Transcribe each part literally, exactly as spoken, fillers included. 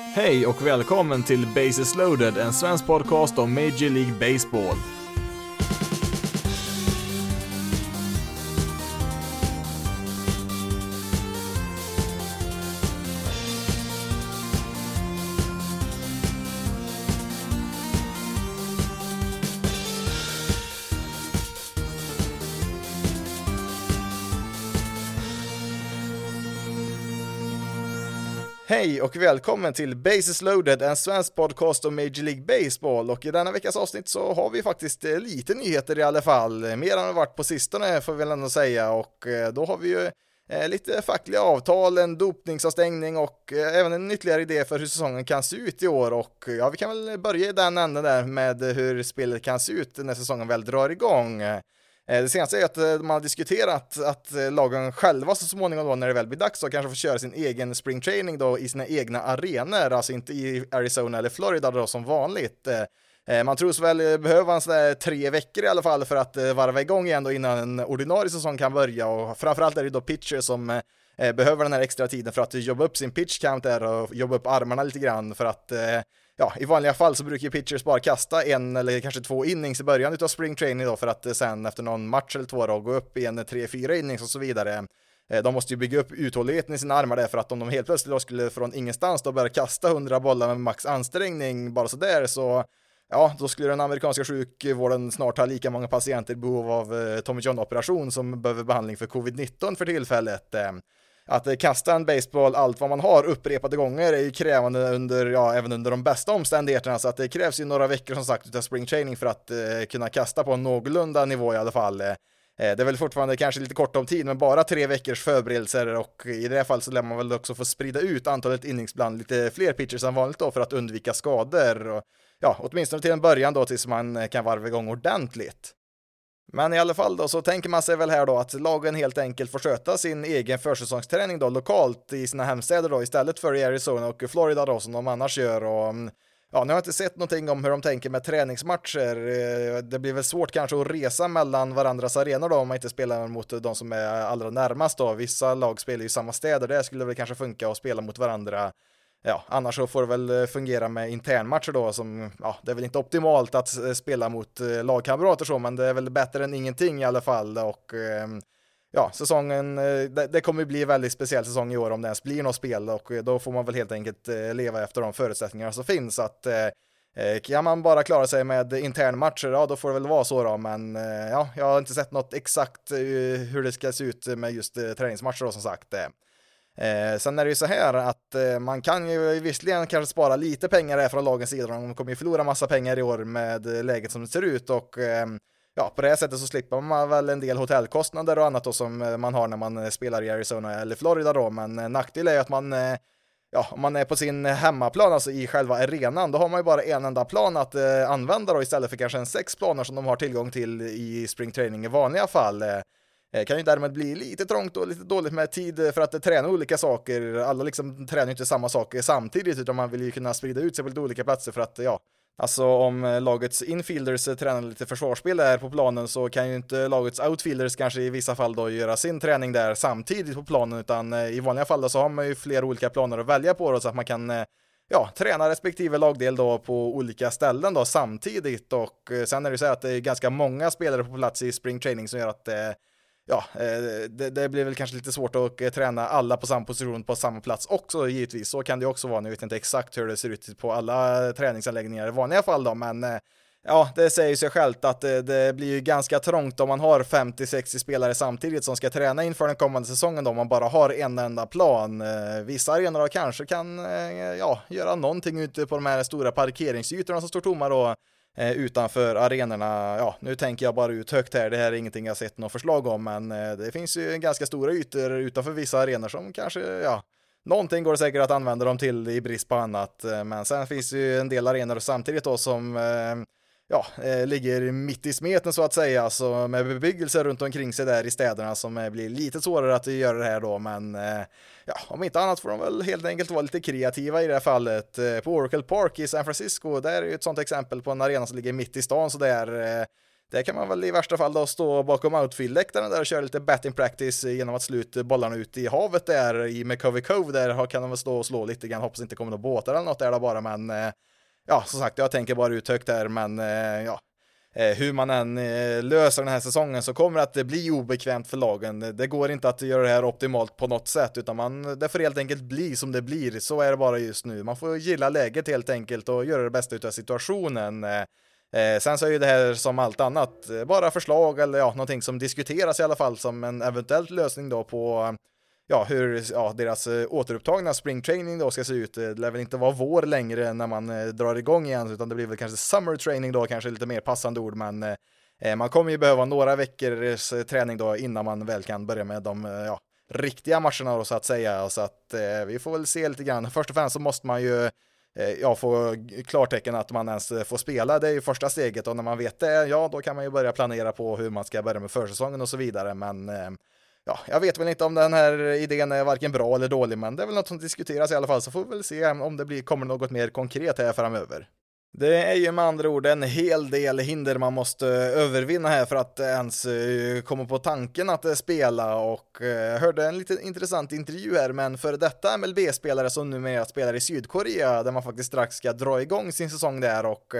Hej och välkommen till Bases Loaded, en svensk podcast om Major League Baseball. Hej och välkommen till Bases Loaded, en svensk podcast om Major League Baseball, och i denna veckas avsnitt så har vi faktiskt lite nyheter i alla fall, mer än det varit på sistone får vi väl ändå säga, och då har vi ju lite fackliga avtal, en dopningsavstängning och även en ytterligare idé för hur säsongen kan se ut i år, och ja, vi kan väl börja i den änden där med hur spelet kan se ut när säsongen väl drar igång. Det senaste är att man har diskuterat att lagen själva så småningom då, när det väl blir dags, så kanske får köra sin egen spring training då i sina egna arenor, alltså inte i Arizona eller Florida då som vanligt. Man tror så väl behöver en sån där tre veckor i alla fall för att varva igång igen då innan en ordinarie säsong kan börja, och framförallt är det då pitcher som behöver den här extra tiden för att jobba upp sin pitch count där och jobba upp armarna lite grann, för att ja, i vanliga fall så brukar pitchers bara kasta en eller kanske två innings i början utav spring training då, för att sen efter någon match eller två då gå upp i en tre fyra innings och så vidare. De måste ju bygga upp uthålligheten i sina armar där, för att om de helt plötsligt då skulle från ingenstans då börja kasta hundra bollar med max ansträngning bara så där, så ja, då skulle den amerikanska sjukvården snart ha lika många patienter i behov av Tommy John-operation som behöver behandling för covid nitton för tillfället. Att kasta en baseball allt vad man har upprepade gånger är ju krävande under, ja, även under de bästa omständigheterna, så att det krävs ju några veckor som sagt utav spring training för att eh, kunna kasta på en någorlunda nivå i alla fall. Eh, det är väl fortfarande kanske lite kort om tid, men bara tre veckors förberedelser, och i det här fallet så lär man väl också få sprida ut antalet innings bland lite fler pitchers än vanligt då för att undvika skador, och ja, åtminstone till en början då tills man kan varva igång ordentligt. Men i alla fall då så tänker man sig väl här då att lagen helt enkelt får sköta sin egen försäsongsträning då lokalt i sina hemstäder då, istället för i Arizona och Florida då som de annars gör. Och ja, nu har jag inte sett någonting om hur de tänker med träningsmatcher. Det blir väl svårt kanske att resa mellan varandras arenor då om man inte spelar mot de som är allra närmast då. Vissa lag spelar ju i samma städer, det skulle väl kanske funka att spela mot varandra. Ja, annars så får det väl fungera med internmatcher då, som, ja, det är väl inte optimalt att spela mot lagkamrater så, men det är väl bättre än ingenting i alla fall, och ja, säsongen, det, det kommer bli väldigt speciell säsong i år om det ens blir något spel, och då får man väl helt enkelt leva efter de förutsättningar som finns, att kan man bara klara sig med internmatcher, ja då får det väl vara så då, men ja, jag har inte sett något exakt hur det ska se ut med just träningsmatcher då, som sagt. Eh, sen är det ju så här att eh, man kan ju visserligen kanske spara lite pengar här från lagens sida. De kommer ju förlora massa pengar i år med läget som det ser ut, och eh, ja, på det här sättet så slipper man väl en del hotellkostnader och annat då, som man har när man spelar i Arizona eller Florida då, men eh, nackdel är ju att man eh, ja, om man är på sin hemmaplan, alltså i själva arenan, då har man ju bara en enda plan att eh, använda då, istället för kanske en sex planer som de har tillgång till i spring training i vanliga fall. eh, Kan ju därmed bli lite trångt och lite dåligt med tid för att träna olika saker. Alla liksom tränar ju inte samma saker samtidigt, utan man vill ju kunna sprida ut sig på lite olika platser, för att ja, alltså om lagets infielders tränar lite försvarsspel där på planen, så kan ju inte lagets outfielders kanske i vissa fall då göra sin träning där samtidigt på planen, utan i vanliga fall då så har man ju flera olika planer att välja på då, så att man kan ja, träna respektive lagdel då på olika ställen då samtidigt. Och sen är det ju så här att det är ganska många spelare på plats i spring training som gör att ja, det, det blir väl kanske lite svårt att träna alla på samma position på samma plats också, givetvis. Så kan det också vara. Nu vet jag inte exakt hur det ser ut på alla träningsanläggningar i vanliga fall då, men ja, det säger sig självt att det, det blir ju ganska trångt om man har femtio till sextio spelare samtidigt som ska träna inför den kommande säsongen då, om man bara har en enda plan. Vissa arenor kanske kan ja, göra någonting ute på de här stora parkeringsytorna som står tomma då utanför arenorna. Ja, nu tänker jag bara ut högt här, det här är ingenting jag sett något förslag om, men det finns ju ganska stora ytor utanför vissa arenor som kanske, ja, någonting går det säkert att använda dem till i brist på annat, men sen finns ju en del arenor samtidigt då som ja, ligger mitt i smeten så att säga, alltså med bebyggelse runt omkring sig där i städerna, som blir lite svårare att göra det här då, men ja, om inte annat får de väl helt enkelt vara lite kreativa i det här fallet. På Oracle Park i San Francisco, där är ju ett sånt exempel på en arena som ligger mitt i stan, så där Det kan man väl i värsta fall då stå bakom outfield-läktaren där och köra lite batting practice genom att sluta bollarna ut i havet där i McCovey Cove. Där kan de väl stå och slå lite grann. Hoppas inte kommer några båtar eller något där bara, men ja, som sagt, jag tänker bara ut högt där, men ja, hur man än löser den här säsongen så kommer det att bli obekvämt för lagen. Det går inte att göra det här optimalt på något sätt, utan man, det får helt enkelt bli som det blir. Så är det bara just nu. Man får gilla läget helt enkelt och göra det bästa utav situationen. Eh, sen så är ju det här som allt annat bara förslag eller ja, någonting som diskuteras i alla fall som en eventuell lösning då på ja, hur ja, deras återupptagna springtraining då ska se ut. Det lär väl inte vara vår längre när man eh, drar igång igen, utan det blir väl kanske summer training då, kanske lite mer passande ord, men eh, man kommer ju behöva några veckors träning då innan man väl kan börja med de ja, riktiga matcherna då, så att säga. Så att eh, vi får väl se lite grann. Först och främst så måste man ju ja, få klartecken att man ens får spela. Det är ju första steget, och när man vet det, ja, då kan man ju börja planera på hur man ska börja med försäsongen och så vidare. Men ja, jag vet väl inte om den här idén är varken bra eller dålig, men det är väl något som diskuteras i alla fall, så får vi väl se om det blir, kommer något mer konkret här framöver. Det är ju med andra ord en hel del hinder man måste övervinna här för att ens komma på tanken att spela, och jag hörde en lite intressant intervju här med en före detta M L B-spelare som numera spelar i Sydkorea, där man faktiskt strax ska dra igång sin säsong där, och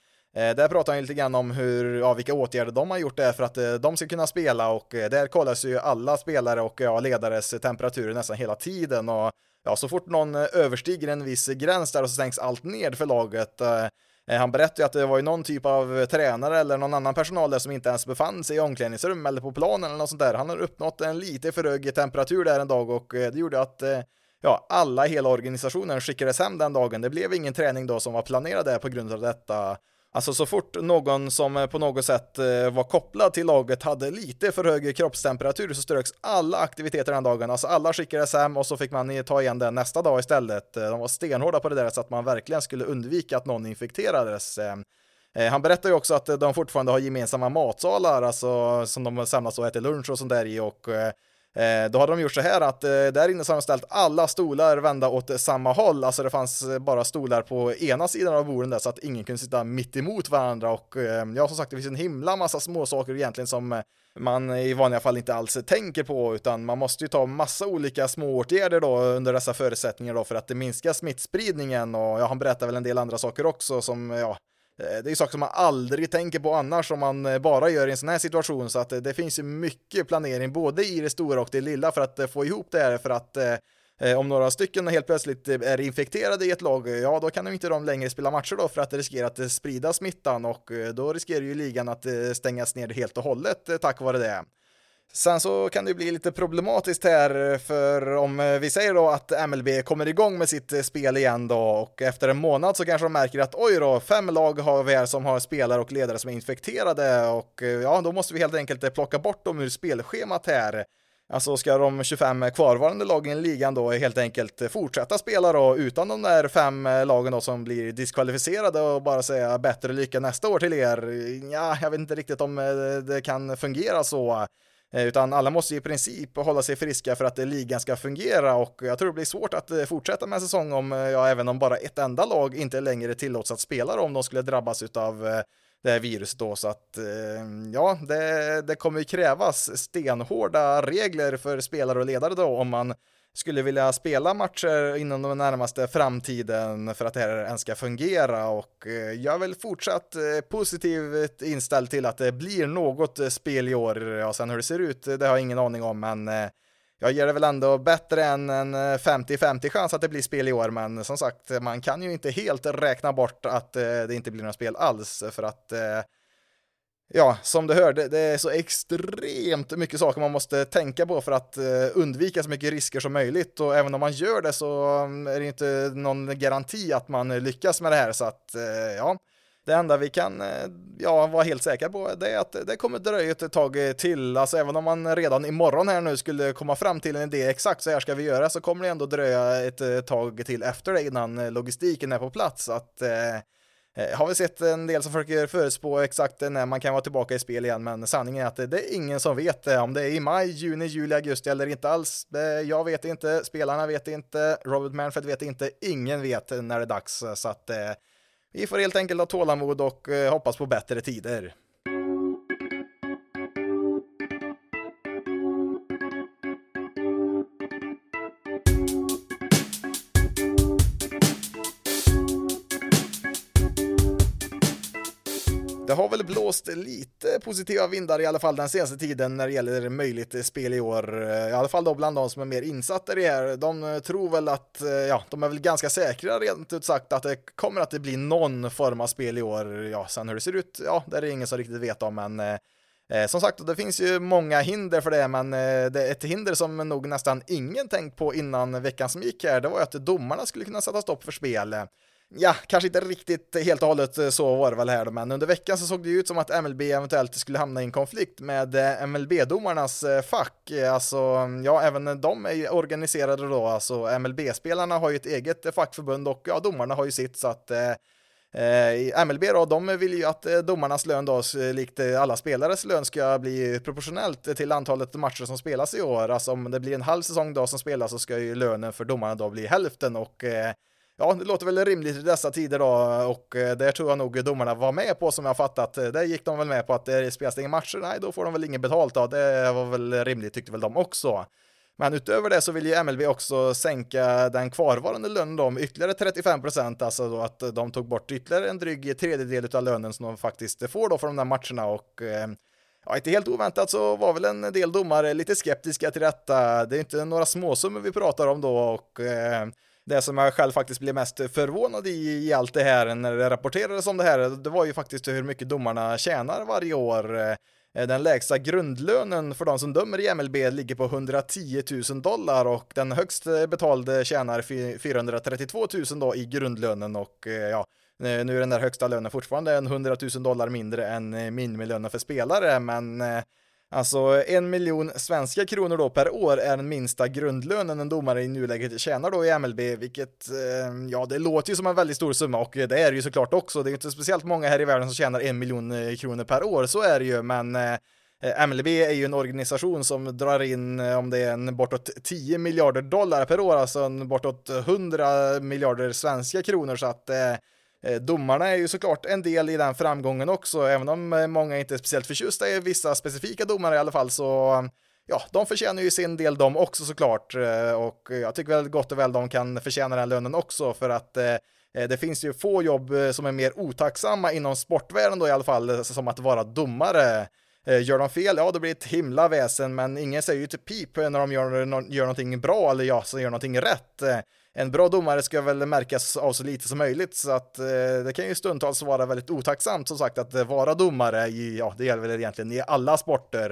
där pratar han lite grann om hur, ja, vilka åtgärder de har gjort där för att de ska kunna spela, och där kollas ju alla spelare och ja, ledares temperaturer nästan hela tiden, och ja, så fort någon överstiger en viss gräns där så stängs allt ned för laget. Han berättade ju att det var ju någon typ av tränare eller någon annan personal där som inte ens befann sig i omklädningsrum eller på planen eller något sånt där. Han har uppnått en lite för hög temperatur där en dag, och det gjorde att ja, alla i hela organisationen skickades hem den dagen. Det blev ingen träning då som var planerad där på grund av detta. Alltså så fort någon som på något sätt var kopplad till laget hade lite för hög kroppstemperatur så ströks alla aktiviteter den dagen. Alltså alla skickades hem och så fick man ta igen den nästa dag istället. De var stenhårda på det där så att man verkligen skulle undvika att någon infekterades. Han berättar ju också att de fortfarande har gemensamma matsalar, alltså som de samlas och äter lunch och sånt där i, och Eh, då hade de gjort så här att eh, där inne så har de ställt alla stolar vända åt samma håll. Alltså det fanns bara stolar på ena sidan av borden där så att ingen kunde sitta mitt emot varandra. Och eh, ja, som sagt, det finns en himla massa små saker egentligen som man i vanliga fall inte alls tänker på, utan man måste ju ta massa olika små åtgärder då under dessa förutsättningar då för att det minskar smittspridningen. Och ja, han berättar väl en del andra saker också som ja, det är ju saker som man aldrig tänker på annars om man bara gör i en sån här situation, så att det finns ju mycket planering både i det stora och det lilla för att få ihop det här, för att eh, om några stycken helt plötsligt är infekterade i ett lag, ja då kan de inte de längre spela matcher då för att det riskerar att sprida smittan, och då riskerar ju ligan att stängas ner helt och hållet tack vare det. Sen så kan det bli lite problematiskt här, för om vi säger då att M L B kommer igång med sitt spel igen då, och efter en månad så kanske de märker att oj då, fem lag har vi här som har spelare och ledare som är infekterade, och ja, då måste vi helt enkelt plocka bort dem ur spelschemat här. Alltså ska de tjugofem kvarvarande lagen i ligan då helt enkelt fortsätta spela då utan de där fem lagen då som blir diskvalificerade och bara säga bättre lycka nästa år till er? Ja, jag vet inte riktigt om det kan fungera så. Utan alla måste i princip hålla sig friska för att ligan ska fungera, och jag tror det blir svårt att fortsätta med en säsong om, ja, även om bara ett enda lag inte längre tillåts att spela om de skulle drabbas av det här viruset då, så att ja, det, det kommer ju krävas stenhårda regler för spelare och ledare då om man skulle vilja spela matcher inom den närmaste framtiden för att det här ens ska fungera, och jag är väl fortsatt positivt inställd till att det blir något spel i år. Ja, sen hur det ser ut, det har jag ingen aning om, men jag ger det väl ändå bättre än en femtio femtio chans att det blir spel i år, men som sagt, man kan ju inte helt räkna bort att det inte blir några spel alls, för att ja, som du hörde, det är så extremt mycket saker man måste tänka på för att undvika så mycket risker som möjligt, och även om man gör det så är det inte någon garanti att man lyckas med det här, så att ja, det enda vi kan ja, vara helt säkra på det är att det kommer dröja ett tag till. Alltså även om man redan imorgon här nu skulle komma fram till en idé exakt så här ska vi göra, så kommer det ändå dröja ett tag till efter det innan logistiken är på plats. Att har vi sett en del som försöker förutspå exakt när man kan vara tillbaka i spel igen, men sanningen är att det är ingen som vet det. Om det är i maj, juni, juli, augusti eller inte alls, det, jag vet inte, spelarna vet inte, Robert Manfred vet inte, ingen vet när det är dags, så att vi får helt enkelt ha tålamod och hoppas på bättre tider. Det har väl blåst lite positiva vindar i alla fall den senaste tiden när det gäller möjligt spel i år. I alla fall då bland de som är mer insatta i det här. De tror väl att, ja, de är väl ganska säkra rent ut sagt att det kommer att det bli någon form av spel i år. Ja, sen hur det ser ut, ja, det är det ingen som riktigt vet om, men eh, som sagt, det finns ju många hinder för det, men eh, det är ett hinder som nog nästan ingen tänkt på innan veckan som gick här. Det var ju att domarna skulle kunna sätta stopp för spel. Ja, kanske inte riktigt helt och hållet så var det väl här då, men under veckan så såg det ut som att M L B eventuellt skulle hamna i en konflikt med M L B-domarnas fack. Alltså, ja, även de är ju organiserade då, alltså M L B-spelarna har ju ett eget fackförbund och ja, domarna har ju sitt, så att eh, M L B då, de vill ju att domarnas lön då, likt alla spelares lön, ska bli proportionellt till antalet matcher som spelas i år. Alltså om det blir en halv säsong då som spelas så ska ju lönen för domarna då bli hälften, och eh, ja, det låter väl rimligt i dessa tider då, och det tror jag nog domarna var med på, som jag fattat. Där gick de väl med på att det spelas inga matcher, nej, då får de väl ingen betalt då. Det var väl rimligt, tyckte väl de också. Men utöver det så vill ju M L B också sänka den kvarvarande lönen då med ytterligare trettiofem procent, alltså då att de tog bort ytterligare en dryg tredjedel av lönen som de faktiskt får då för de där matcherna, och ja, inte helt oväntat så var väl en del domare lite skeptiska till detta. Det är inte några småsummor vi pratar om då, och det som jag själv faktiskt blev mest förvånad i, i allt det här när det rapporterades om det här, det var ju faktiskt hur mycket domarna tjänar varje år. Den lägsta grundlönen för de som dömer i M L B ligger på hundratio tusen dollar, och den högst betalde tjänar fyrahundratrettiotvå tusen då i grundlönen, och ja, nu är den där högsta lönen fortfarande en hundra tusen dollar mindre än minimilönen för spelare, men alltså en miljon svenska kronor då per år är den minsta grundlönen en domare i nuläget tjänar då i M L B, vilket, ja, det låter ju som en väldigt stor summa, och det är ju såklart också. Det är ju inte speciellt många här i världen som tjänar en miljon kronor per år, så är det ju, men M L B är ju en organisation som drar in, om det är en bortåt tio miljarder dollar per år, alltså en bortåt hundra miljarder svenska kronor, så att domarna är ju såklart en del i den framgången också, även om många inte är speciellt förtjusta i vissa specifika domare i alla fall, så ja, de förtjänar ju sin del de också såklart, och jag tycker väl gott och väl de kan förtjäna den lönen också, för att det finns ju få jobb som är mer otacksamma inom sportvärlden då i alla fall, som att vara domare. Gör de fel, ja, då blir det ett himla väsen, men ingen säger ju till pip när de gör, gör någonting bra, eller ja, så gör någonting rätt. En bra domare ska väl märkas av så lite som möjligt, så att eh, det kan ju stundtals vara väldigt otacksamt, som sagt, att vara domare i, ja, det gäller väl egentligen i alla sporter.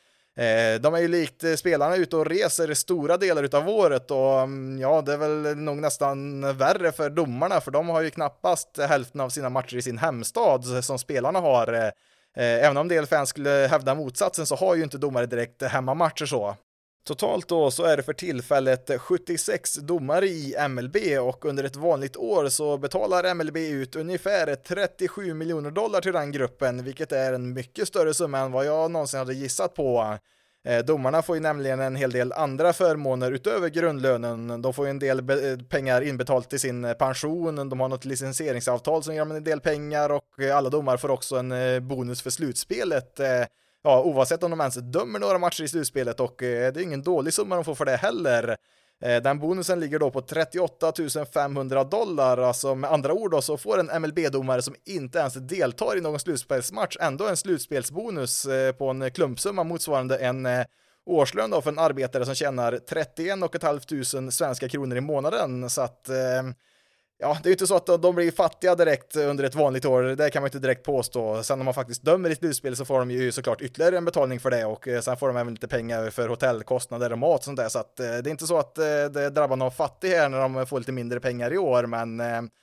Eh, de är ju likt spelarna ute och reser stora delar utav året, och ja, det är väl nog nästan värre för domarna, för de har ju knappast hälften av sina matcher i sin hemstad som spelarna har. Eh, även om en del fans skulle hävda motsatsen, så har ju inte domare direkt hemmamatcher så. Totalt då så är det för tillfället sjuttiosex domare i M L B, och under ett vanligt år så betalar M L B ut ungefär trettiosju miljoner dollar till den gruppen, vilket är en mycket större summa än vad jag någonsin hade gissat på. Domarna får ju nämligen en hel del andra förmåner utöver grundlönen. De får ju en del pengar inbetalt till sin pension, de har något licensieringsavtal som ger dem en del pengar, och alla domare får också en bonus för slutspelet. Ja, oavsett om de ens dömer några matcher i slutspelet, och eh, det är ingen dålig summa de får för det heller. Eh, den bonusen ligger då på trettioåtta tusen femhundra dollar, alltså med andra ord då, så får en M L B-domare som inte ens deltar i någon slutspelsmatch ändå en slutspelsbonus eh, på en klumpsumma motsvarande en eh, årslön då för en arbetare som tjänar trettioen och ett halvt tusen svenska kronor i månaden, så att eh, ja, det är ju inte så att de blir fattiga direkt under ett vanligt år, det kan man inte direkt påstå. Sen om man faktiskt dömer i ett slutspel så får de ju såklart ytterligare en betalning för det, och sen får de även lite pengar för hotellkostnader och mat och sånt där, så att det är inte så att det drabbar någon fattig här när de får lite mindre pengar i år, men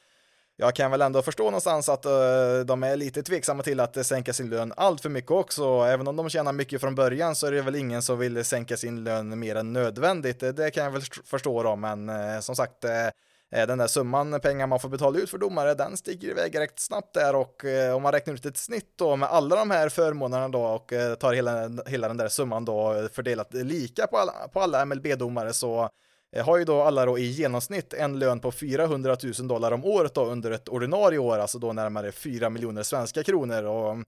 jag kan väl ändå förstå någonstans att de är lite tveksamma till att sänka sin lön allt för mycket också. Även om de tjänar mycket från början så är det väl ingen som vill sänka sin lön mer än nödvändigt, det kan jag väl förstå då, men som sagt, den där summan pengar man får betala ut för domare, den stiger iväg rätt snabbt där, och eh, om man räknar ut ett snitt då med alla de här förmånerna då, och eh, tar hela, hela den där summan då fördelat lika på alla, på alla M L B-domare, så eh, har ju då alla då i genomsnitt en lön på fyrahundratusen dollar om året då under ett ordinarie år, alltså då närmare fyra miljoner svenska kronor, och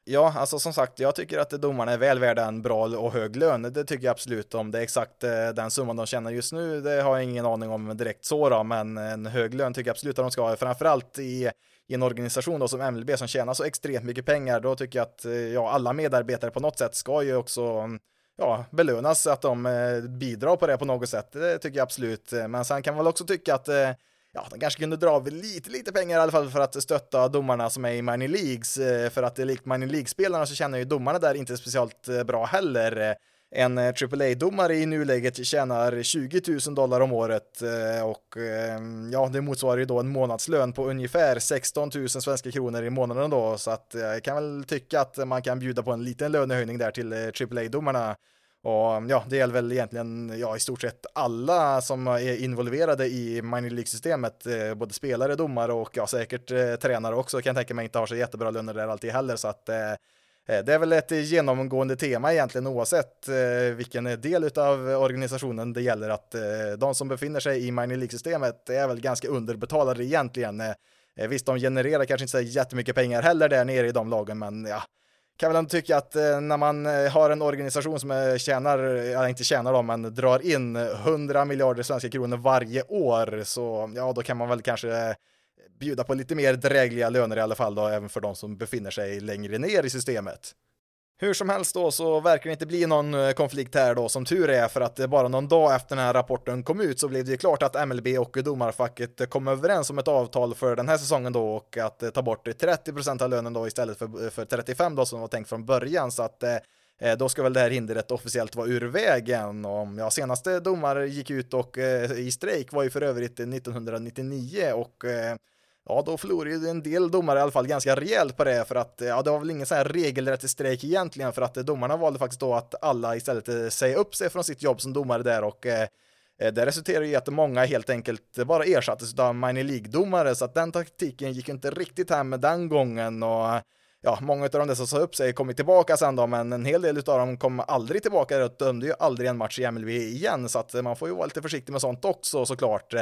Ja, alltså som sagt, jag tycker att domarna är väl värda en bra och hög lön. Det tycker jag absolut. Om det är exakt eh, den summan de tjänar just nu, det har jag ingen aning om direkt så då, men en hög lön tycker jag absolut att de ska ha. Framförallt i, i en organisation då som M L B som tjänar så extremt mycket pengar, då tycker jag att eh, ja, alla medarbetare på något sätt ska ju också ja, belönas att de eh, bidrar på det på något sätt. Det tycker jag absolut. Men sen kan man väl också tycka att eh, ja, de kanske kunde dra av lite, lite pengar i alla fall för att stötta domarna som är i minor leagues, för att det är likt minor league-spelarna så känner ju domarna där inte speciellt bra heller. En triple A-domare i nuläget tjänar tjugo tusen dollar om året och ja, det motsvarar ju då en månadslön på ungefär sexton tusen svenska kronor i månaden då, så att jag kan väl tycka att man kan bjuda på en liten lönehöjning där till triple A-domarna. Och ja, det gäller väl egentligen ja, i stort sett alla som är involverade i minor league-systemet, eh, både spelare, domare och ja, säkert eh, tränare också, kan jag tänka mig inte har så jättebra löner där alltid heller, så att eh, det är väl ett genomgående tema egentligen oavsett eh, vilken del av organisationen det gäller, att eh, de som befinner sig i minor league-systemet är väl ganska underbetalade egentligen. Eh, visst, de genererar kanske inte så jättemycket pengar heller där nere i de lagen, men ja, kan väl ändå tycka att eh, när man eh, har en organisation som eh, tjänar, ja, inte tjänar dem, men drar in hundra miljarder svenska kronor varje år, så ja, då kan man väl kanske bjuda på lite mer drägliga löner i alla fall då, även för de som befinner sig längre ner i systemet. Hur som helst då så verkar det inte bli någon konflikt här då, som tur är, för att bara någon dag efter den här rapporten kom ut så blev det klart att M L B och domarfacket kom överens om ett avtal för den här säsongen då, och att ta bort trettio procent av lönen då istället för, för trettiofem då som var tänkt från början, så att eh, då ska väl det här hindret officiellt vara ur vägen. Och ja, senaste domare gick ut och eh, i strejk var ju för övrigt nittonhundranittionio, och eh, ja, då förlorade ju en del domare i alla fall ganska rejält på det, för att ja, det var väl ingen sån här regelrätt strejk egentligen, för att domarna valde faktiskt då att alla istället säga upp sig från sitt jobb som domare där, och eh, det resulterade i att många helt enkelt bara ersattes av minor league-domare, så att den taktiken gick inte riktigt hem med den gången. Och ja, många av de där som sa upp sig kom tillbaka sen då, men en hel del av dem kom aldrig tillbaka och dömde ju aldrig en match i M L B igen, så att man får ju vara lite försiktig med sånt också såklart.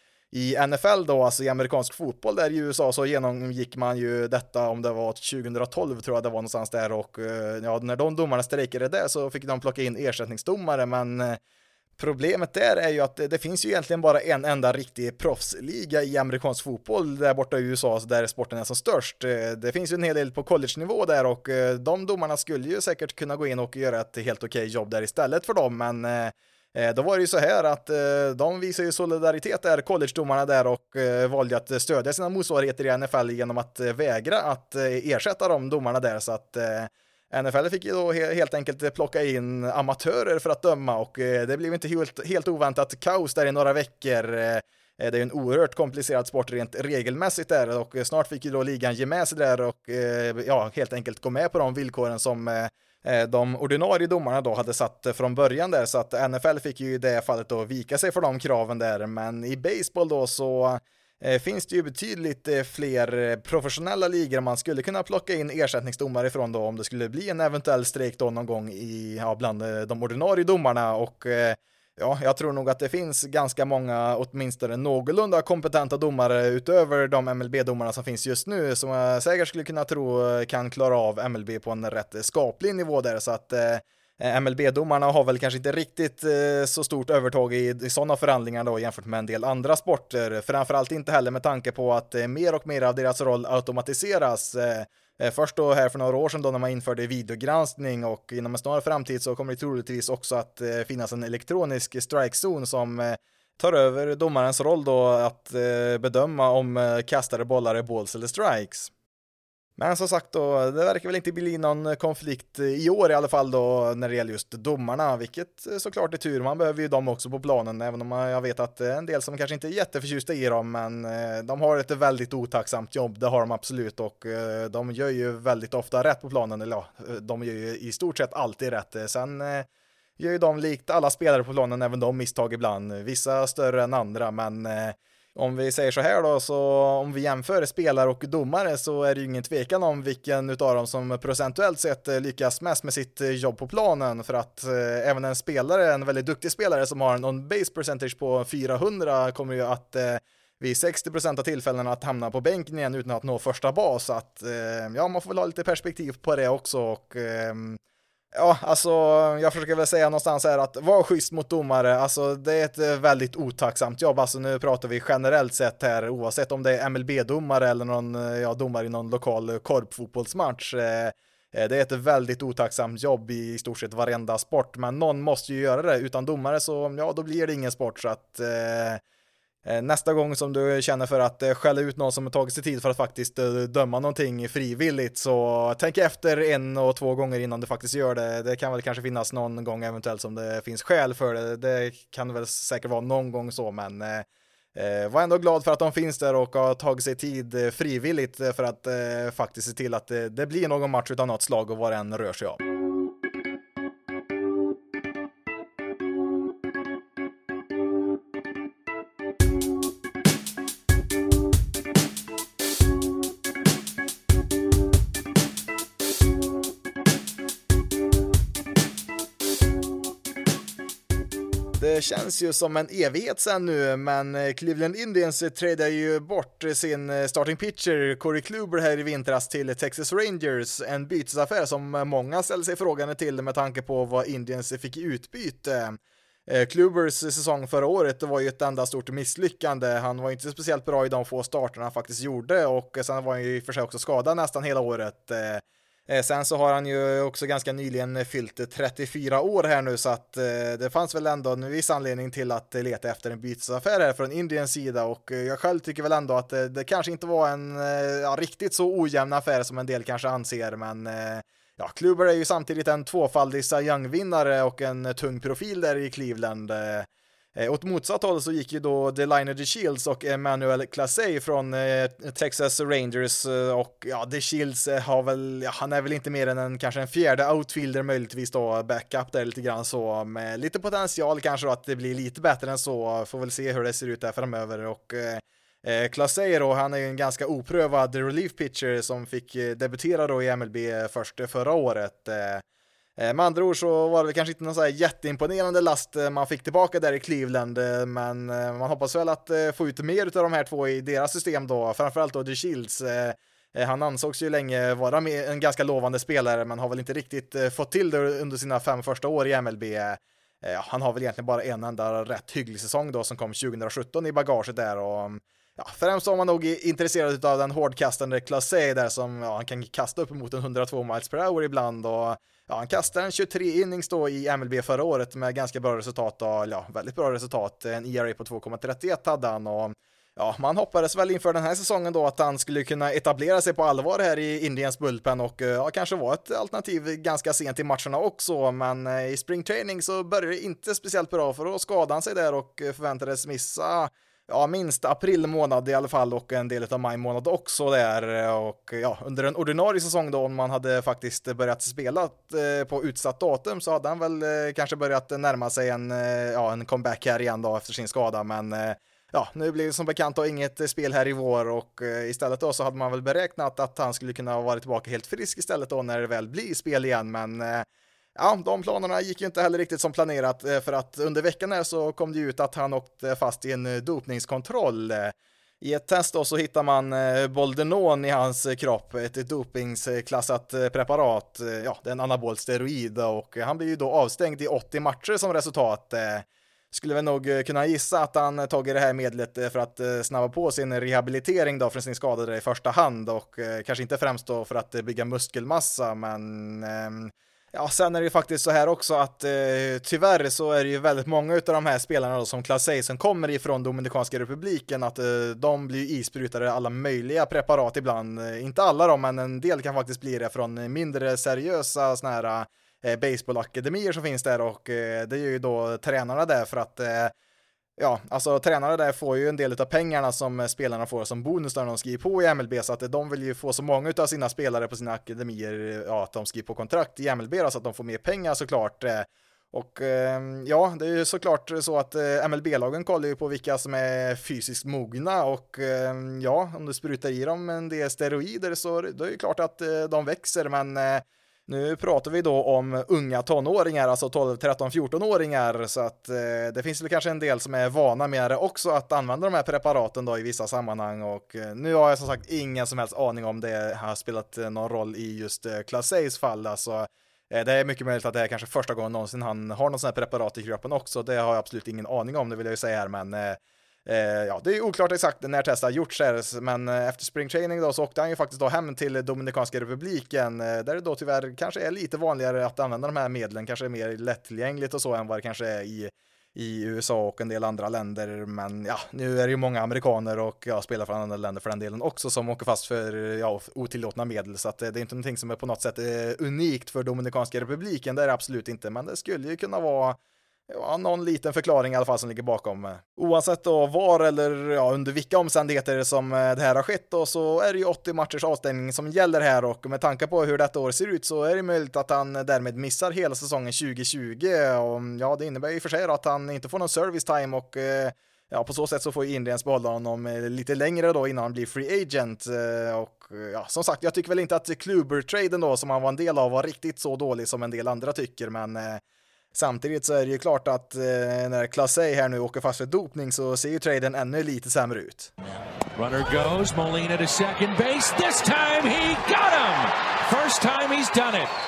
I N F L då, alltså i amerikansk fotboll där i U S A, så genomgick man ju detta, om det var tjugohundratolv tror jag det var någonstans där, och ja, när de domarna strejkade där så fick de plocka in ersättningsdomare, men problemet där är ju att det finns ju egentligen bara en enda riktig proffsliga i amerikansk fotboll där borta i U S A, där sporten är som störst. Det finns ju en hel del på college-nivå där, och de domarna skulle ju säkert kunna gå in och göra ett helt okej jobb där istället för dem, men då var det ju så här att de visar ju solidaritet där, college-domarna där, och valde att stödja sina motsvarigheter i N F L genom att vägra att ersätta de domarna där, så att N F L fick ju då helt enkelt plocka in amatörer för att döma, och det blev inte helt, helt oväntat kaos där i några veckor. Det är en oerhört komplicerad sport rent regelmässigt där, och snart fick ju då ligan ge med sig där och ja, helt enkelt gå med på de villkoren som de ordinarie domarna då hade satt från början där, så att N F L fick ju i det fallet då vika sig för de kraven där. Men i baseball då så eh, finns det ju betydligt eh, fler professionella ligor man skulle kunna plocka in ersättningsdomare ifrån då, om det skulle bli en eventuell strejk då någon gång i, ja, bland eh, de ordinarie domarna. Och eh, ja, jag tror nog att det finns ganska många, åtminstone någorlunda kompetenta domare utöver de M L B-domarna som finns just nu, som jag säkert skulle kunna tro kan klara av M L B på en rätt skaplig nivå där, så att eh, M L B-domarna har väl kanske inte riktigt eh, så stort övertag i, i sådana förhandlingar då jämfört med en del andra sporter, framförallt inte heller med tanke på att eh, mer och mer av deras roll automatiseras. Eh, Först då här för några år sedan då när man införde videogranskning, och inom en snar framtid så kommer det troligtvis också att eh, finnas en elektronisk strikezon som eh, tar över domarens roll då att eh, bedöma om eh, kastade bollar är balls eller strikes. Men som sagt då, det verkar väl inte bli någon konflikt i år i alla fall då när det gäller just domarna, vilket såklart är tur. Man behöver ju dem också på planen, även om jag vet att en del som kanske inte är jätteförtjusta i dem, men de har ett väldigt otacksamt jobb, det har de absolut, och de gör ju väldigt ofta rätt på planen, eller ja, de gör ju i stort sett alltid rätt. Sen gör ju de likt alla spelare på planen även de misstag ibland, vissa större än andra, men om vi säger så här då, så om vi jämför spelare och domare så är det ju ingen tvekan om vilken utav dem som procentuellt sett lyckas mest med sitt jobb på planen, för att eh, även en spelare, en väldigt duktig spelare som har en on-base percentage på fyrahundra kommer ju att eh, vid sextio procent av tillfällena att hamna på bänken igen utan att nå första bas. Så att eh, ja, man får väl ha lite perspektiv på det också. Och eh, ja, alltså jag försöker väl säga någonstans här att var schysst mot domare, alltså det är ett väldigt otacksamt jobb. Alltså nu pratar vi generellt sett här, oavsett om det är M L B-domare eller någon ja, domare i någon lokal korpfotbollsmatch. Eh, det är ett väldigt otacksamt jobb i stort sett varenda sport, men någon måste ju göra det. Utan domare så, ja, då blir det ingen sport. Så att eh, nästa gång som du känner för att eh, skälla ut någon som har tagit sig tid för att faktiskt eh, döma någonting frivilligt, så tänk efter en och två gånger innan du faktiskt gör det. Det kan väl kanske finnas någon gång eventuellt som det finns skäl för det. Det kan väl säkert vara någon gång så, men eh, Eh, var ändå glad för att de finns där och har tagit sig tid eh, frivilligt för att eh, faktiskt se till att eh, det blir någon match utan något slag och vad den rör sig om. Det känns ju som en evighet sedan nu, men Cleveland Indians tradar ju bort sin starting pitcher Corey Kluber här i vintras till Texas Rangers, en bytesaffär som många ställer sig frågande till med tanke på vad Indians fick i utbyte. Klubers säsong förra året var ju ett enda stort misslyckande. Han var inte speciellt bra i de få starterna han faktiskt gjorde, och sen var han ju för sig också skadad nästan hela året. Sen så har han ju också ganska nyligen fyllt trettiofyra år här nu, så att det fanns väl ändå en viss anledning till att leta efter en bytesaffär här från Indiens sida, och jag själv tycker väl ändå att det, det kanske inte var en ja, riktigt så ojämn affär som en del kanske anser, men ja, Kluber är ju samtidigt en tvåfaldig Cy Young-vinnare och en tung profil där i Cleveland. Eh, åt motsatt håll så gick ju då Delino DeShields och Emmanuel Clase från eh, Texas Rangers, eh, och ja, DeShields eh, har väl, ja, han är väl inte mer än en, kanske en fjärde outfielder möjligtvis då, backup där lite grann så, med lite potential kanske då att det blir lite bättre än så, får väl se hur det ser ut där framöver. Och eh, Clase då, han är ju en ganska oprövad relief pitcher som fick eh, debutera då i M L B först förra året. eh, Med andra ord så var det kanske inte någon så här jätteimponerande last man fick tillbaka där i Cleveland, men man hoppas väl att få ut mer av de här två i deras system då, framförallt då DeShields. Han ansågs ju länge vara en ganska lovande spelare, men har väl inte riktigt fått till det under sina fem första år i M L B. Han har väl egentligen bara en enda rätt hygglig säsong då som kom tjugohundrasjutton i bagaget där, och ja, främst var man nog intresserad av den hårdkastande Clase där som ja, han kan kasta upp mot en hundratvå miles per hour ibland, och ja, han kastade en tjugotre innings då i M L B förra året med ganska bra resultat, och ja, väldigt bra resultat. En E R A på två komma trettioett hade han, och ja, man hoppades väl inför den här säsongen då att han skulle kunna etablera sig på allvar här i Indians bullpen och ja, kanske vara ett alternativ ganska sent i matcherna också, men i springtraining så började det inte speciellt bra, för då skadade han sig där och förväntades missa ja, minst april månad i alla fall, och en del av maj månad också där, och ja, under en ordinarie säsong då, om man hade faktiskt börjat spela eh, på utsatt datum, så hade han väl eh, kanske börjat närma sig en, eh, ja, en comeback här igen då efter sin skada, men eh, ja, nu blir det som bekant då inget spel här i vår, och eh, istället då så hade man väl beräknat att han skulle kunna vara tillbaka helt frisk istället då när det väl blir spel igen, men eh, ja, de planerna gick ju inte heller riktigt som planerat, för att under veckan här så kom det ut att han åkte fast i en dopningskontroll. I ett test då så hittar man Boldenon i hans kropp, ett dopingsklassat preparat. Ja, det är en anabol steroid, och han blir ju då avstängd i åttio matcher som resultat. Skulle väl nog kunna gissa att han tagit det här medlet för att snabba på sin rehabilitering då för sin skadade i första hand, och kanske inte främst då för att bygga muskelmassa, men ja, sen är det ju faktiskt så här också att eh, tyvärr så är det ju väldigt många av de här spelarna då, som Clase som kommer ifrån Dominikanska republiken, att eh, de blir isprutade alla möjliga preparat ibland. Eh, inte alla då, men en del kan faktiskt bli det från mindre seriösa såna här eh, baseballakademier som finns där, och eh, det är ju då tränarna där för att eh, ja, alltså tränare där får ju en del av pengarna som spelarna får som bonus när de skriver på i M L B, så att de vill ju få så många av sina spelare på sina akademier, ja, att de skriver på kontrakt i M L B då, så att de får mer pengar såklart. Och ja, det är ju såklart så att M L B-lagen kollar ju på vilka som är fysiskt mogna, och ja, om du sprutar i dem en del steroider så det är ju klart att de växer, men Nu pratar vi då om unga tonåringar, alltså tolv, tretton, fjorton-åringar, så att eh, det finns väl kanske en del som är vana med det också att använda de här preparaten då i vissa sammanhang, och eh, nu har jag som sagt ingen som helst aning om det har spelat eh, någon roll i just eh, Class A's fall, alltså eh, det är mycket möjligt att det är kanske första gången någonsin han har någon sån här preparat i kroppen också, det har jag absolut ingen aning om, det vill jag ju säga här, men eh, Eh, ja, det är oklart exakt när testet har gjorts här, men eh, efter springtraining då så åkte han ju faktiskt då hem till Dominikanska republiken, eh, där det då tyvärr kanske är lite vanligare att använda de här medlen, kanske är mer lättillgängligt och så än vad det kanske är i, i U S A och en del andra länder, men ja, nu är det ju många amerikaner och ja, spelare från andra länder för den delen också som åker fast för ja, otillåtna medel, så att det är inte någonting som är på något sätt eh, unikt för Dominikanska republiken, det är det absolut inte, men det skulle ju kunna vara ja, någon liten förklaring i alla fall som ligger bakom. Oavsett då var eller ja, under vilka omständigheter som det här har skett då, så är det ju åttio matchers avstängning som gäller här, och med tanke på hur detta år ser ut så är det möjligt att han därmed missar hela säsongen tjugo tjugo, och ja, det innebär ju för sig att han inte får någon service time, och ja, på så sätt så får ju Indians behålla honom lite längre då innan han blir free agent, och ja, som sagt, jag tycker väl inte att Kluber-traden då som han var en del av var riktigt så dålig som en del andra tycker, men samtidigt så är det ju klart att eh, när Class A här nu åker fast för dopning så ser ju traden ännu lite sämre ut. Runner goes, Molina to second base. This time he got him! First time he's done it.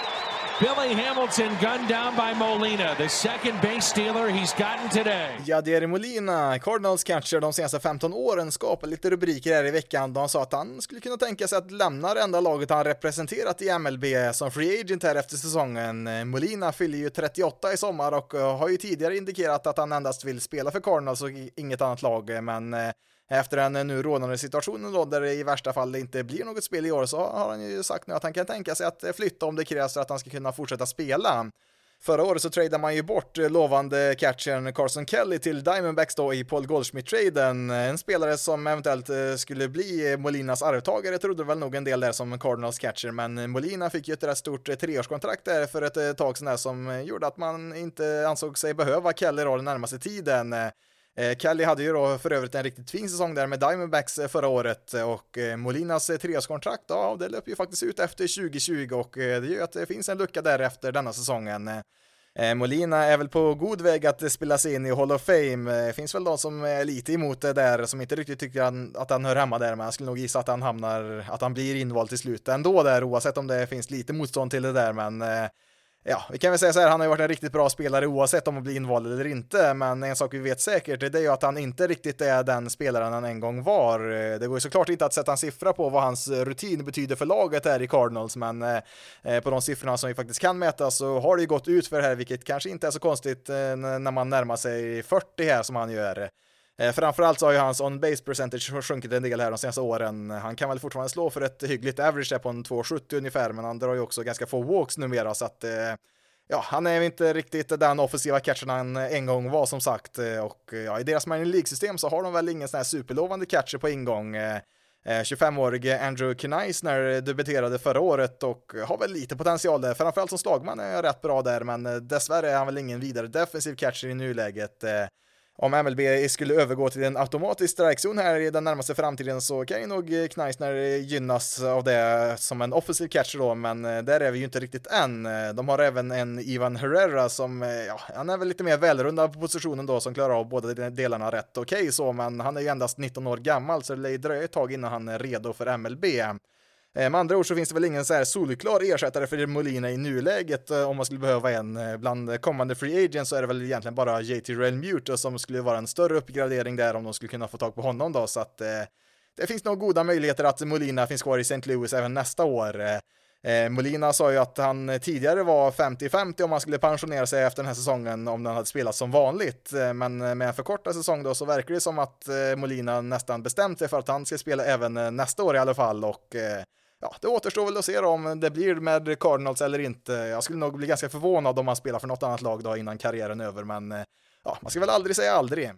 Billy Hamilton gunned down by Molina, the second base stealer he's gotten today. Yadier Molina, Cardinals catcher de senaste femton åren, skapade lite rubriker här i veckan då han sa att han skulle kunna tänka sig att lämna det enda laget han representerat i M L B som free agent här efter säsongen. Molina fyller ju trettioåtta i sommar och har ju tidigare indikerat att han endast vill spela för Cardinals och inget annat lag, men efter den nu rådande situationen då, där det i värsta fall inte blir något spel i år, så har han ju sagt nu att han kan tänka sig att flytta om det krävs för att han ska kunna fortsätta spela. Förra året så tradade man ju bort lovande catchern Carson Kelly till Diamondbacks då i Paul Goldschmidt-traden. En spelare som eventuellt skulle bli Molinas arvtagare trodde väl nog en del där som Cardinals catcher, men Molina fick ju ett rätt stort treårskontrakt där för ett tag sedan som gjorde att man inte ansåg sig behöva Kelly då den närmaste tiden. Kelly hade ju då för övrigt en riktigt fin säsong där med Diamondbacks förra året, och Molinas treårskontrakt, ja, det löper ju faktiskt ut efter tjugo tjugo, och det gör ju att det finns en lucka där efter denna säsongen. Molina är väl på god väg att spela sig in i Hall of Fame. Det finns väl de som är lite emot det där, som inte riktigt tycker att han hör hemma där, men jag skulle nog gissa att han hamnar, att han blir invald till slut ändå där, oavsett om det finns lite motstånd till det där, men ja, vi kan väl säga så här, han har ju varit en riktigt bra spelare oavsett om han blir invald eller inte, men en sak vi vet säkert det är ju att han inte riktigt är den spelaren han en gång var. Det går ju såklart inte att sätta en siffra på vad hans rutin betyder för laget här i Cardinals, men eh, på de siffrorna som vi faktiskt kan mäta så har det ju gått ut för det här, vilket kanske inte är så konstigt eh, när man närmar sig fyrtio här som han gör. Eh, framförallt så har ju hans on-base percentage sjunkit en del här de senaste åren. Han kan väl fortfarande slå för ett hyggligt average där på en två sjuttio ungefär, men han drar ju också ganska få walks numera, så att eh, ja, han är inte riktigt den offensiva catchen han en gång var, som sagt, och ja, i deras minor league-system så har de väl ingen sån här superlovande catcher på ingång. Eh, tjugofemårige Andrew Kneisner debuterade förra året och har väl lite potential där, framförallt som slagman är rätt bra där, men dessvärre är han väl ingen vidare defensiv catcher i nuläget. Eh, Om M L B skulle övergå till en automatisk strikezon här i den närmaste framtiden så kan ju nog Kneisner gynnas av det som en offensiv catcher då, men där är vi ju inte riktigt än. De har även en Ivan Herrera som, ja, han är väl lite mer välrundad på positionen då, som klarar av båda delarna rätt okej okay, så, men han är ju endast nitton år gammal så det lär dröja ett tag innan han är redo för M L B. Med andra ord så finns det väl ingen så här solklar ersättare för Molina i nuläget om man skulle behöva en. Bland kommande free agents så är det väl egentligen bara J T Realmuto som skulle vara en större uppgradering där om de skulle kunna få tag på honom då, så att eh, det finns nog goda möjligheter att Molina finns kvar i Saint Louis även nästa år. Eh, Molina sa ju att han tidigare var femtio femtio om han skulle pensionera sig efter den här säsongen om den hade spelat som vanligt, men med en förkortad säsong då så verkar det som att eh, Molina nästan bestämt sig för att han ska spela även nästa år i alla fall, och eh, ja, det återstår väl att se om det blir med Cardinals eller inte. Jag skulle nog bli ganska förvånad om han spelar för något annat lag då innan karriären är över, men ja, man ska väl aldrig säga aldrig.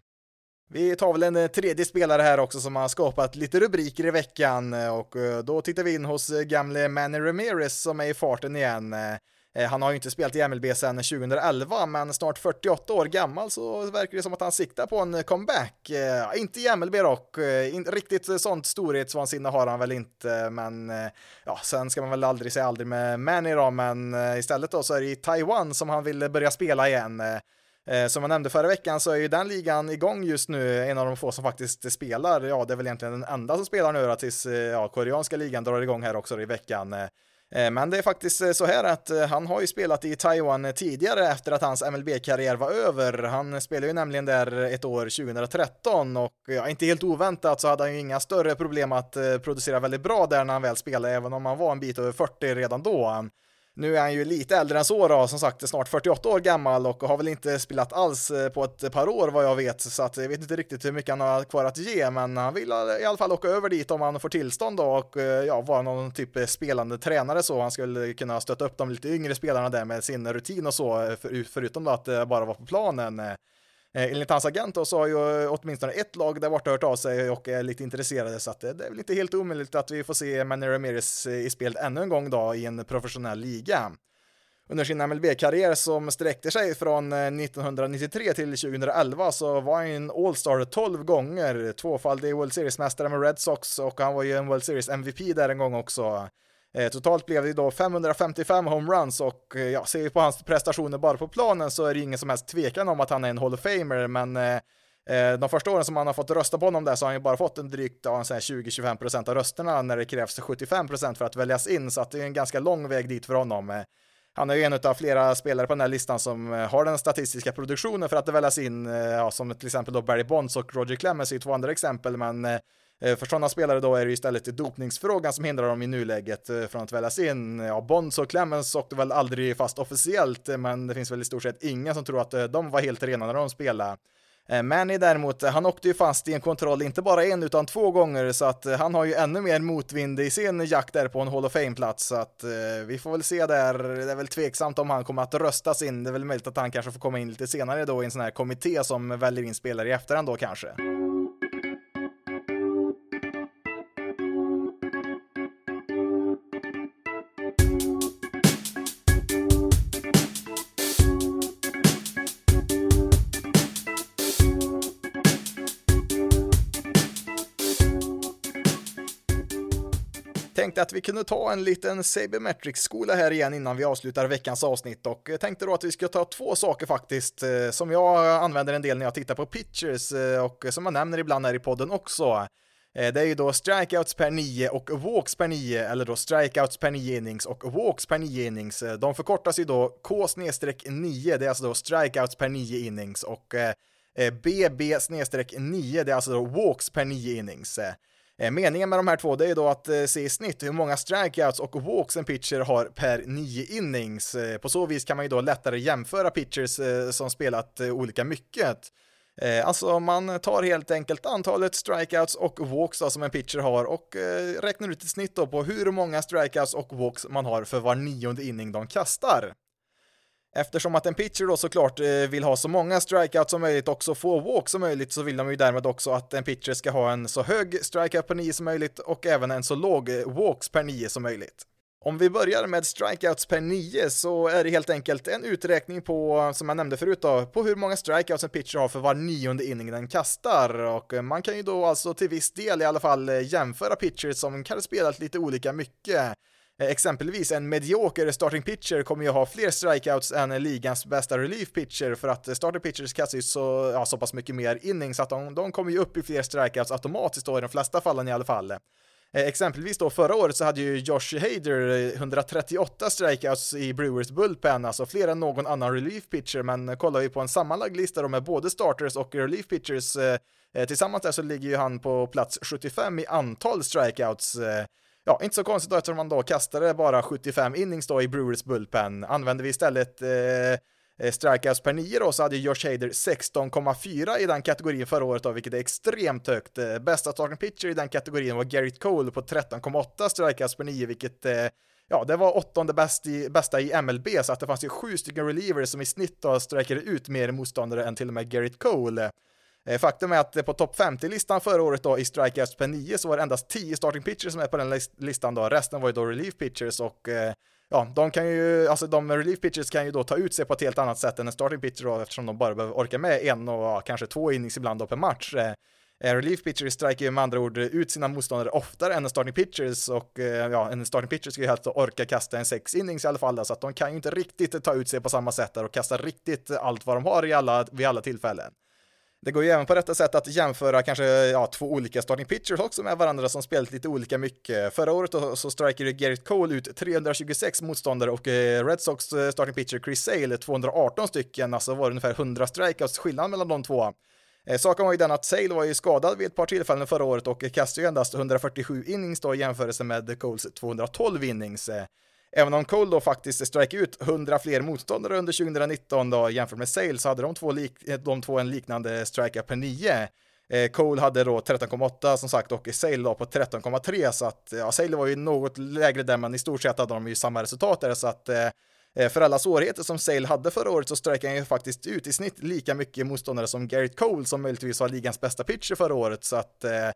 Vi tar väl en tredje spelare här också som har skapat lite rubriker i veckan, och då tittar vi in hos gamle Manny Ramirez som är i farten igen. Han har ju inte spelat i M L B sedan tjugoelva, men snart fyrtioåtta år gammal så verkar det som att han siktar på en comeback. Inte i M L B dock, inte riktigt sånt storhetsvansinne har han väl inte, men ja, sen ska man väl aldrig säga aldrig med Manny då, men istället då så är det i Taiwan som han vill börja spela igen. Som jag nämnde förra veckan så är ju den ligan igång just nu, en av de få som faktiskt spelar. Ja, det är väl egentligen den enda som spelar nu då, tills ja, koreanska ligan drar igång här också i veckan. Men det är faktiskt så här att han har ju spelat i Taiwan tidigare efter att hans M L B-karriär var över. Han spelade ju nämligen där ett år tjugohundratretton och ja, inte helt oväntat så hade han ju inga större problem att producera väldigt bra där när han väl spelade, även om han var en bit över fyrtio redan då. Nu är han ju lite äldre än så då, som sagt snart fyrtioåtta år gammal och har väl inte spelat alls på ett par år vad jag vet, så att jag vet inte riktigt hur mycket han har kvar att ge, men han vill i alla fall åka över dit om han får tillstånd då och ja, vara någon typ spelande tränare så. Han skulle kunna stötta upp de lite yngre spelarna där med sin rutin och så, för, förutom då att bara vara på planen. Enligt hans agent då, så har ju åtminstone ett lag där borta hört av sig och är lite intresserade, så att det är väl inte helt omöjligt att vi får se Manny Ramirez i spel ännu en gång då i en professionell liga. Under sin M L B-karriär som sträckte sig från nittonhundranittiotre till tjugoelva så var han en All-Star tolv gånger, tvåfaldig World Series-mästare med Red Sox och han var ju en World Series M V P där en gång också. Totalt blev det då femhundrafemtiofem homeruns och ja, ser vi på hans prestationer bara på planen så är det ingen som helst tvekan om att han är en Hall of Famer, men eh, de första åren som han har fått rösta på honom där så har han ju bara fått en drygt ja, tjugo till tjugofem procent av rösterna när det krävs sjuttiofem procent för att väljas in, så att det är en ganska lång väg dit för honom. Han är ju en av flera spelare på den här listan som har den statistiska produktionen för att det väljas in, ja, som till exempel då Barry Bonds och Roger Clemens är två andra exempel, men för sådana spelare då är det istället dopningsfrågan som hindrar dem i nuläget från att väljas in. Ja, Bonds och Clemens åkte väl aldrig fast officiellt, men det finns väl i stort sett ingen som tror att de var helt rena när de spelade. Manny däremot, han åkte ju fast i en kontroll inte bara en utan två gånger, så att han har ju ännu mer motvind i sin jakt där på en Hall of Fame-plats, så att eh, vi får väl se där. Det är väl tveksamt om han kommer att röstas in. Det är väl möjligt att han kanske får komma in lite senare då i en sån här kommitté som väljer in spelare i efterhand då kanske. Tänkte att vi kunde ta en liten Sabermetrics-skola här igen innan vi avslutar veckans avsnitt, och tänkte då att vi ska ta två saker faktiskt som jag använder en del när jag tittar på pitchers och som jag nämner ibland här i podden också. Det är ju då strikeouts per nio och walks per nio, eller då strikeouts per nio innings och walks per nio innings. De förkortas ju då K nio, det är alltså då strikeouts per nio innings, och B B nio, det är alltså då walks per nio innings. Meningen med de här två det är då att se i snitt hur många strikeouts och walks en pitcher har per nio innings. På så vis kan man ju då lättare jämföra pitchers som spelat olika mycket. Alltså man tar helt enkelt antalet strikeouts och walks då som en pitcher har och räknar ut ett snitt då på hur många strikeouts och walks man har för var nionde inning de kastar. Eftersom att en pitcher då såklart vill ha så många strikeouts som möjligt och så få walks som möjligt, så vill de ju därmed också att en pitcher ska ha en så hög strikeout per nio som möjligt och även en så låg walks per nio som möjligt. Om vi börjar med strikeouts per nio så är det helt enkelt en uträkning på, som jag nämnde förut då, på hur många strikeouts en pitcher har för var nionde inning den kastar, och man kan ju då alltså till viss del i alla fall jämföra pitchers som kan ha spelat lite olika mycket. Exempelvis en medioker starting pitcher kommer ju ha fler strikeouts än ligans bästa relief pitcher, för att starting pitchers kastar ju så, ja, så pass mycket mer innings så att de, de kommer ju upp i fler strikeouts automatiskt då, i de flesta fallen i alla fall. Exempelvis då förra året så hade ju Josh Hader hundratrettioåtta strikeouts i Brewers bullpen, alltså fler än någon annan relief pitcher, men kollar vi på en sammanlagd lista då med både starters och relief pitchers eh, tillsammans där så ligger ju han på plats sjuttiofem i antal strikeouts. Eh, Ja, inte så konstigt då, eftersom man då kastade bara sjuttiofem innings då i Brewers bullpen. Använder vi istället eh, strikeouts per nio då, så hade Josh Hader sexton komma fyra i den kategorin förra året då, vilket är extremt högt. Eh, bästa starting pitcher i den kategorin var Garrett Cole på tretton komma åtta strikeouts per nio, vilket eh, ja, det var åttonde bäst i, bästa i M L B, så att det fanns ju sju stycken relievers som i snitt då strikade ut mer motståndare än till och med Garrett Cole. Faktum är att på topp femtio-listan förra året då i strikeouts per nio så var det endast tio starting pitchers som är på den listan då. Resten var ju då relief pitchers och ja, de kan ju, alltså de relief pitchers kan ju då ta ut sig på ett helt annat sätt än en starting pitcher då, eftersom de bara behöver orka med en och ja, kanske två innings ibland då per match. Relief pitchers strikar ju med andra ord ut sina motståndare oftare än en starting pitchers och ja, en starting pitcher ska ju helt orka kasta en sex innings i alla fall, så att de kan ju inte riktigt ta ut sig på samma sätt där och kasta riktigt allt vad de har i alla, vid alla tillfällen. Det går ju även på detta sätt att jämföra kanske ja, två olika starting pitchers också med varandra som spelat lite olika mycket. Förra året då, så strikade Gerrit Cole ut trehundratjugosex motståndare och eh, Red Sox starting pitcher Chris Sale tvåhundraarton stycken, alltså var det ungefär hundra strikeouts skillnad mellan de två. Eh, saken var ju den att Sale var ju skadad vid ett par tillfällen förra året och kastade ju endast hundrafyrtiosju innings då i jämförelse med Coles tvåhundratolv innings. Eh, Även om Cole då faktiskt strike ut hundra fler motståndare under tjugonitton då jämfört med Sale, så hade de två, lik, de två en liknande strike per nio. Eh, Cole hade då tretton komma åtta som sagt och Sale då på tretton komma tre, så att ja, Sale var ju något lägre där, men i stort sett hade de ju samma resultat där, så att eh, för alla svårigheter som Sale hade förra året så strike han ju faktiskt ut i snitt lika mycket motståndare som Gerrit Cole, som möjligtvis var ligans bästa pitcher förra året, så att eh,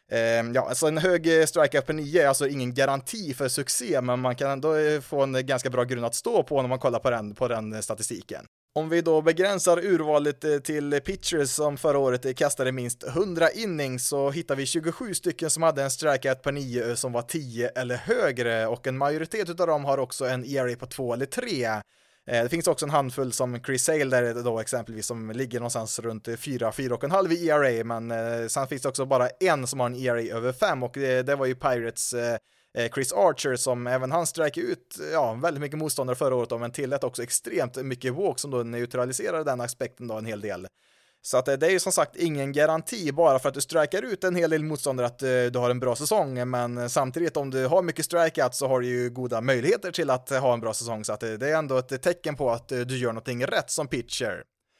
ja, alltså en hög strikeout per nio är alltså ingen garanti för succé, men man kan ändå få en ganska bra grund att stå på när man kollar på den, på den statistiken. Om vi då begränsar urvalet till pitchers som förra året kastade minst hundra innings, så hittar vi tjugosju stycken som hade en strikeout per nio som var tio eller högre, och en majoritet av dem har också en E R A på två eller tre. Det finns också en handfull som Chris Sale där då exempelvis som ligger någonstans runt fyra, fyra komma fem i E R A, men eh, sen finns det också bara en som har en E R A över fem, och det, det var ju Pirates eh, Chris Archer som även han strike ut ja, väldigt mycket motståndare förra året, men tillät också extremt mycket walk som då neutraliserade den aspekten då en hel del. Så att det är ju som sagt ingen garanti bara för att du strikar ut en hel del motståndare att uh, du har en bra säsong, men samtidigt om du har mycket strikeout så har du ju goda möjligheter till att uh, ha en bra säsong, så att uh, det är ändå ett tecken på att uh, du gör någonting rätt som pitcher.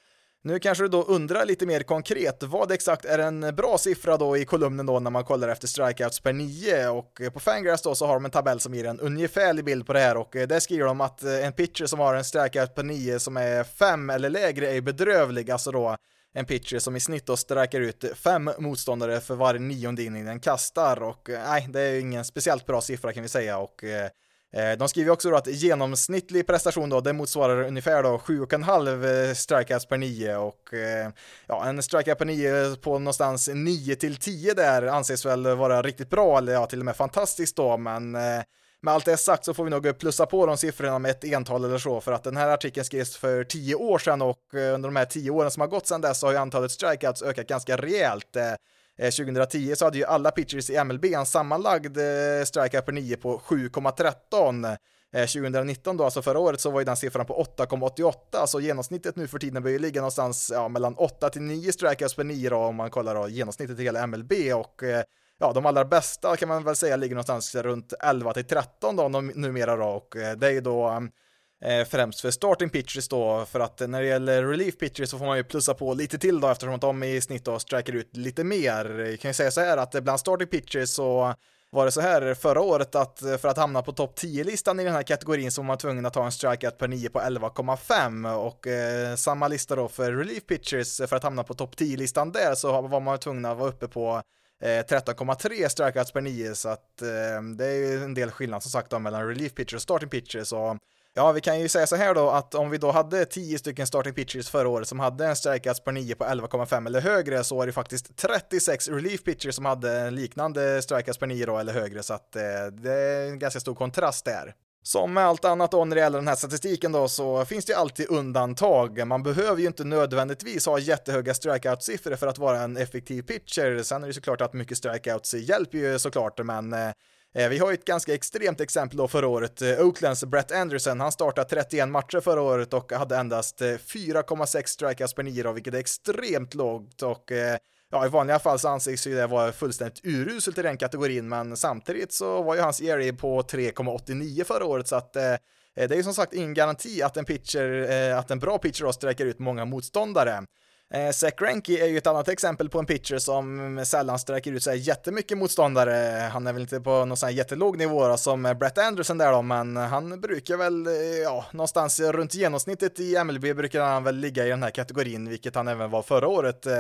Nu kanske du då undrar lite mer konkret, vad exakt är en bra siffra då i kolumnen då när man kollar efter strikeouts per nio, och på Fangraphs då så har de en tabell som ger en ungefärlig bild på det här, och där skriver de att en pitcher som har en strikeout per nio som är fem eller lägre är bedrövlig, alltså då en pitcher som i snitt då sträcker ut fem motståndare för varje nionde inning den kastar, och nej, det är ju ingen speciellt bra siffra kan vi säga, och eh, de skriver också då att genomsnittlig prestation då, det motsvarar ungefär då sju komma fem strikeouts per nio, och eh, ja, en strikeout per nio på någonstans nio till tio där anses väl vara riktigt bra, eller ja, till och med fantastiskt då, men eh, med allt det sagt så får vi nog plussa på de siffrorna med ett ental eller så, för att den här artikeln skrevs för tio år sedan, och under de här tio åren som har gått sedan dess så har ju antalet strikeouts ökat ganska rejält. tjugohundratio så hade ju alla pitchers i M L B en sammanlagd strikeout per nio på sju komma tretton. tjugohundranitton då, alltså förra året, så var ju den siffran på åtta komma åttioåtta, så genomsnittet nu för tiden bör ju ligga någonstans ja, mellan åtta till nio strikeouts per nio då, om man kollar då genomsnittet i hela M L B, och ja, de allra bästa kan man väl säga ligger någonstans runt elva till tretton då numera då, och det är ju då eh, främst för starting pitchers då, för att när det gäller relief pitchers så får man ju plussa på lite till då, eftersom att de i snitt då sträcker ut lite mer. Jag kan ju säga så här att bland starting pitchers så var det så här förra året att för att hamna på topp tio-listan i den här kategorin så var man tvungen att ha en strikeout per nio på elva komma fem, och eh, samma lista då för relief pitchers, för att hamna på topp tio-listan där så var man tvungen att vara uppe på tretton komma tre strikeouts per nio, så att eh, det är ju en del skillnad som sagt då, mellan relief pitchers och starting pitchers. Så ja, vi kan ju säga så här då att om vi då hade tio stycken starting pitchers förra året som hade en strikeouts per nio på elva komma fem eller högre, så är det faktiskt trettiosex relief pitchers som hade en liknande strikeouts per nio då eller högre, så att eh, det är en ganska stor kontrast där. Som med allt annat då när det gäller den här statistiken då, så finns det ju alltid undantag. Man behöver ju inte nödvändigtvis ha jättehöga strikeout-siffror för att vara en effektiv pitcher. Sen är det såklart att mycket strikeouts hjälper ju såklart, men eh, vi har ju ett ganska extremt exempel då förra året. Oaklands Brett Anderson, han startade trettioen matcher förra året och hade endast fyra komma sex strikeouts per nio då, vilket är extremt lågt, och eh, ja, i vanliga fall så anses ju det vara fullständigt uruselt i den kategorin, men samtidigt så var ju hans E R A på tre komma åttionio förra året, så att eh, det är ju som sagt ingen garanti att en pitcher, eh, att en bra pitcher då sträcker ut många motståndare. Eh, Zach Greinke är ju ett annat exempel på en pitcher som sällan sträcker ut sig jättemycket motståndare. Han är väl inte på någon sån här jättelåg nivå då, som Brett Anderson där då, men han brukar väl, ja, någonstans runt genomsnittet i M L B brukar han väl ligga i den här kategorin, vilket han även var förra året.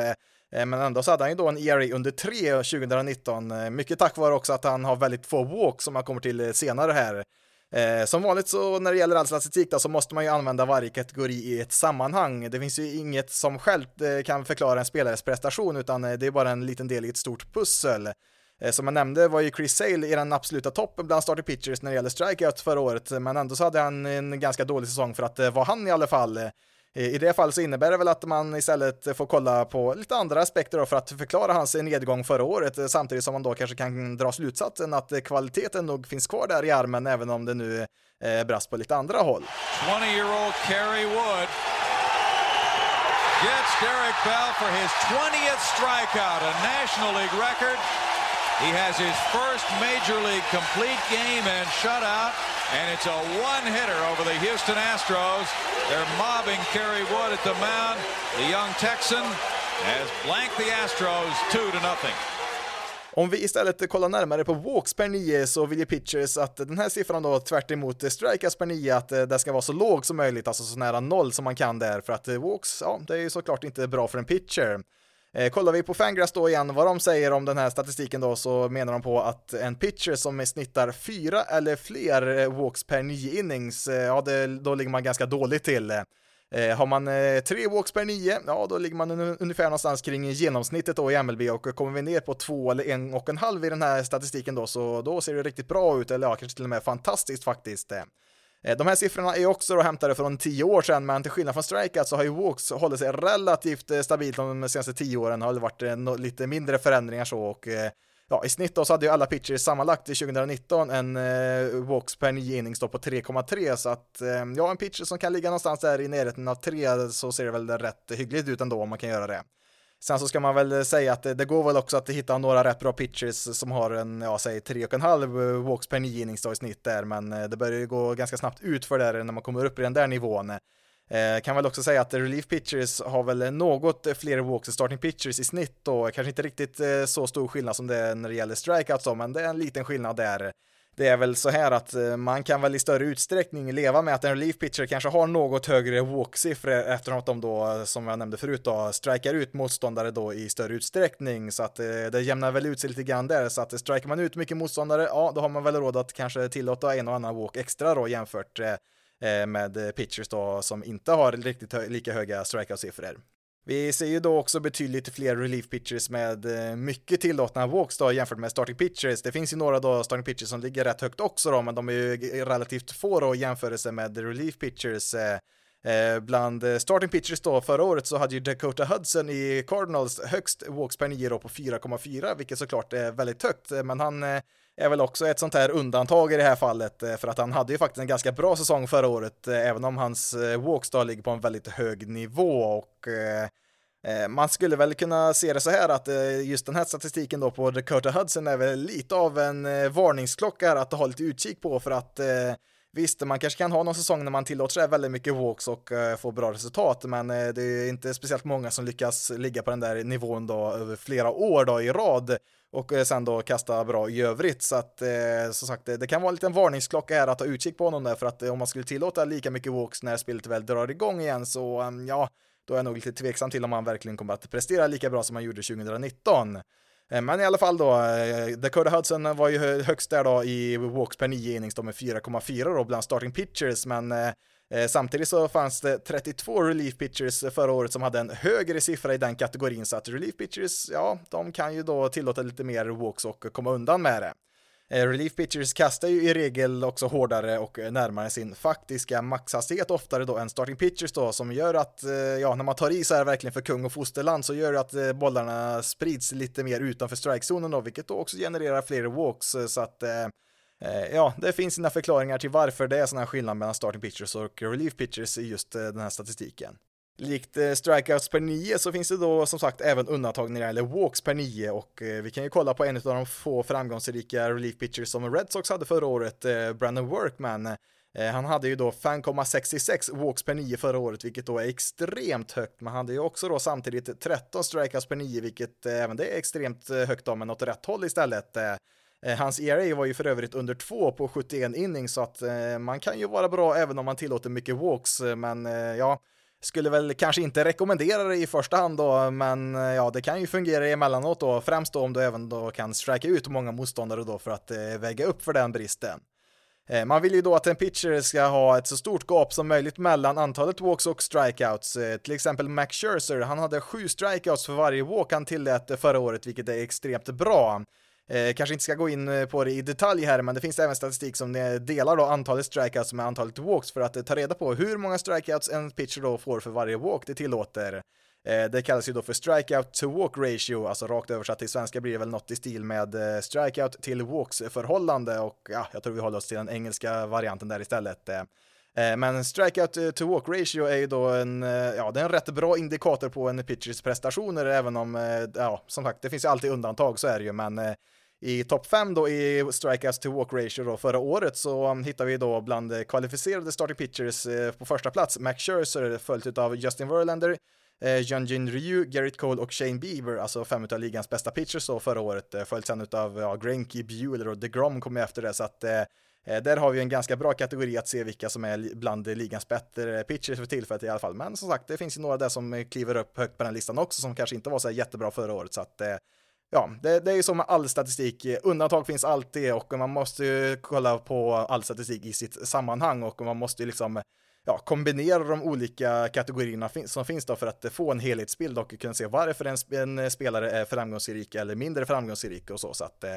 Men ändå så hade han ju då en E R A under tre tjugonitton, mycket tack vare också att han har väldigt få walks som man kommer till senare här. Som vanligt så när det gäller all statistik då, så måste man ju använda varje kategori i ett sammanhang. Det finns ju inget som självt kan förklara en spelares prestation, utan det är bara en liten del i ett stort pussel. Som jag nämnde var ju Chris Sale i den absoluta toppen bland starting pitchers när det gäller strikeouts förra året, men ändå så hade han en ganska dålig säsong för att vara han i alla fall. I det fall så innebär det väl att man istället får kolla på lite andra aspekter då för att förklara hans nedgång förra året, samtidigt som man då kanske kan dra slutsatsen att kvaliteten nog finns kvar där i armen även om det nu eh, brast på lite andra håll. twenty-year-old Kerry Wood gets Derek Bell for his twentieth strikeout, a National League record. He has his first Major League complete game and shutout, and it's a one-hitter over the Houston Astros. They're mobbing Kerry Wood at the mound. The young Texan has blanked the Astros two to nothing. Om vi istället kollar närmare på walks per nio så vill ju pitchers att den här siffran då tvärt emot strikeouts per nio att det ska vara så låg som möjligt, alltså så nära noll som man kan där, för att walks, ja, det är ju såklart inte bra för en pitcher. Eh, kollar vi på Fangraphs då igen vad de säger om den här statistiken då, så menar de på att en pitcher som snittar fyra eller fler walks per nio innings, eh, ja det, då ligger man ganska dåligt till. Eh, har man eh, tre walks per nio, ja då ligger man un- ungefär någonstans kring genomsnittet då i M L B, och kommer vi ner på två eller en och en halv i den här statistiken då, så då ser det riktigt bra ut, eller ja, kanske till och med fantastiskt faktiskt. De här siffrorna är också då hämtade från tio år sedan, men till skillnad från strikeout så har ju walks hållit sig relativt stabilt de senaste tio åren. Har det varit lite mindre förändringar så, och ja, i snitt då så hade ju alla pitchers sammanlagt i tjugonitton en uh, walks per nio innings då på tre komma tre, så att uh, ja, en pitcher som kan ligga någonstans där i närheten av tre, så ser det väl rätt hyggligt ut ändå om man kan göra det. Sen så ska man väl säga att det, det går väl också att hitta några rätt bra pitchers som har en, ja, säg tre komma fem walks per nio innings då i snitt där, men det börjar ju gå ganska snabbt ut för det när man kommer upp i den där nivån. Eh, kan väl också säga att relief pitchers har väl något fler walks än starting pitchers i snitt då, kanske inte riktigt eh, så stor skillnad som det är när det gäller strikeouts då, men det är en liten skillnad där. Det är väl så här att man kan väl i större utsträckning leva med att en relief pitcher kanske har något högre walk-siffror eftersom att de då, som jag nämnde förut då, strikar ut motståndare då i större utsträckning, så att det jämnar väl ut sig lite grann där, så att strikar man ut mycket motståndare, ja då har man väl råd att kanske tillåta en och annan walk extra då jämfört med pitchers då som inte har riktigt hö- lika höga strikeout-siffror. Vi ser ju då också betydligt fler relief pitchers med mycket tillåtna walks då jämfört med starting pitchers. Det finns ju några då starting pitchers som ligger rätt högt också då, men de är ju relativt få då i jämförelse med relief pitchers. Eh, bland starting pitchers då förra året så hade ju Dakota Hudson i Cardinals högst walks per nio då på fyra komma fyra, vilket såklart är väldigt högt, men han eh, är väl också ett sånt här undantag i det här fallet, eh, för att han hade ju faktiskt en ganska bra säsong förra året, eh, även om hans eh, walks då ligger på en väldigt hög nivå, och eh, man skulle väl kunna se det så här att just den här statistiken då på Dakota Hudson är väl lite av en varningsklocka att ha lite utkik på, för att visst, man kanske kan ha någon säsong när man tillåter sig väldigt mycket walks och får bra resultat, men det är inte speciellt många som lyckas ligga på den där nivån då över flera år då i rad och sen då kasta bra i övrigt, så att som sagt, det kan vara en liten varningsklocka här att ha utkik på honom där, för att om man skulle tillåta lika mycket walks när spelet väl drar igång igen, så ja, då är jag nog lite tveksam till om han verkligen kommer att prestera lika bra som han gjorde tjugonitton. Men i alla fall då, Dakota Hudson var ju högst där då i walks per nio innings då med fyra komma fyra då bland starting pitchers, men eh, samtidigt så fanns det trettiotvå relief pitchers förra året som hade en högre siffra i den kategorin, så att relief pitchers, ja, de kan ju då tillåta lite mer walks och komma undan med det. Relief pitchers kastar ju i regel också hårdare och närmare sin faktiska maxhastighet oftare då än starting pitchers då, som gör att, ja, när man tar i så här verkligen för kung och fosterland, så gör det att bollarna sprids lite mer utanför strikezonen då, vilket då också genererar fler walks, så att ja, det finns sina förklaringar till varför det är sån här skillnad mellan starting pitchers och relief pitchers i just den här statistiken. Likt eh, strikeouts per nio så finns det då som sagt även undantag när det gäller walks per nio, och eh, vi kan ju kolla på en av de få framgångsrika relief pitchers som Red Sox hade förra året, eh, Brandon Workman. Eh, han hade ju då fem komma sextiosex walks per nio förra året, vilket då är extremt högt, men han hade ju också då samtidigt tretton strikeouts per nio, vilket eh, även det är extremt eh, högt då, men åt rätt håll istället. Eh, Hans E R A var ju för övrigt under två på sjuttioen innings, så att eh, man kan ju vara bra även om man tillåter mycket walks, men eh, ja, skulle väl kanske inte rekommendera det i första hand då, men ja, det kan ju fungera emellanåt då, främst då om du även då kan strika ut många motståndare då för att eh, väga upp för den bristen. Eh, man vill ju då att en pitcher ska ha ett så stort gap som möjligt mellan antalet walks och strikeouts. Eh, till exempel Max Scherzer, han hade sju strikeouts för varje walk han tillät förra året, vilket är extremt bra. Eh, kanske inte ska gå in på det i detalj här, men det finns även statistik som delar då antalet strikeouts med antalet walks för att eh, ta reda på hur många strikeouts en pitcher då får för varje walk det tillåter. Eh, det kallas ju då för strikeout to walk ratio, alltså rakt översatt till svenska blir det väl något i stil med eh, strikeout till walks förhållande, och ja, jag tror vi håller oss till den engelska varianten där istället. Eh, Men strikeout to walk ratio är ju då en, ja, det är en rätt bra indikator på en pitchers prestationer, även om, ja, som sagt, det finns ju alltid undantag, så är det ju, men i topp fem då i strikeouts to walk ratio då förra året så hittar vi då bland kvalificerade starting pitchers på första plats Max Scherzer, följt av Justin Verlander, Hyun-Jin Ryu, Garrett Cole och Shane Bieber, alltså fem av ligans bästa pitchers då förra året, följt sen utav ja, Greinke, Buehler och DeGrom kommer efter det, så att där har vi en ganska bra kategori att se vilka som är bland ligans bättre pitchers för tillfället i alla fall. Men som sagt, det finns ju några där som kliver upp högt på den listan också som kanske inte var så jättebra förra året. Så att, ja, det, det är ju som med all statistik. Undantag finns alltid och man måste ju kolla på all statistik i sitt sammanhang och man måste ju liksom ja, kombinera de olika kategorierna som finns då för att få en helhetsbild och kunna se varför en, en spelare är framgångsrik eller mindre framgångsrik och så. Så att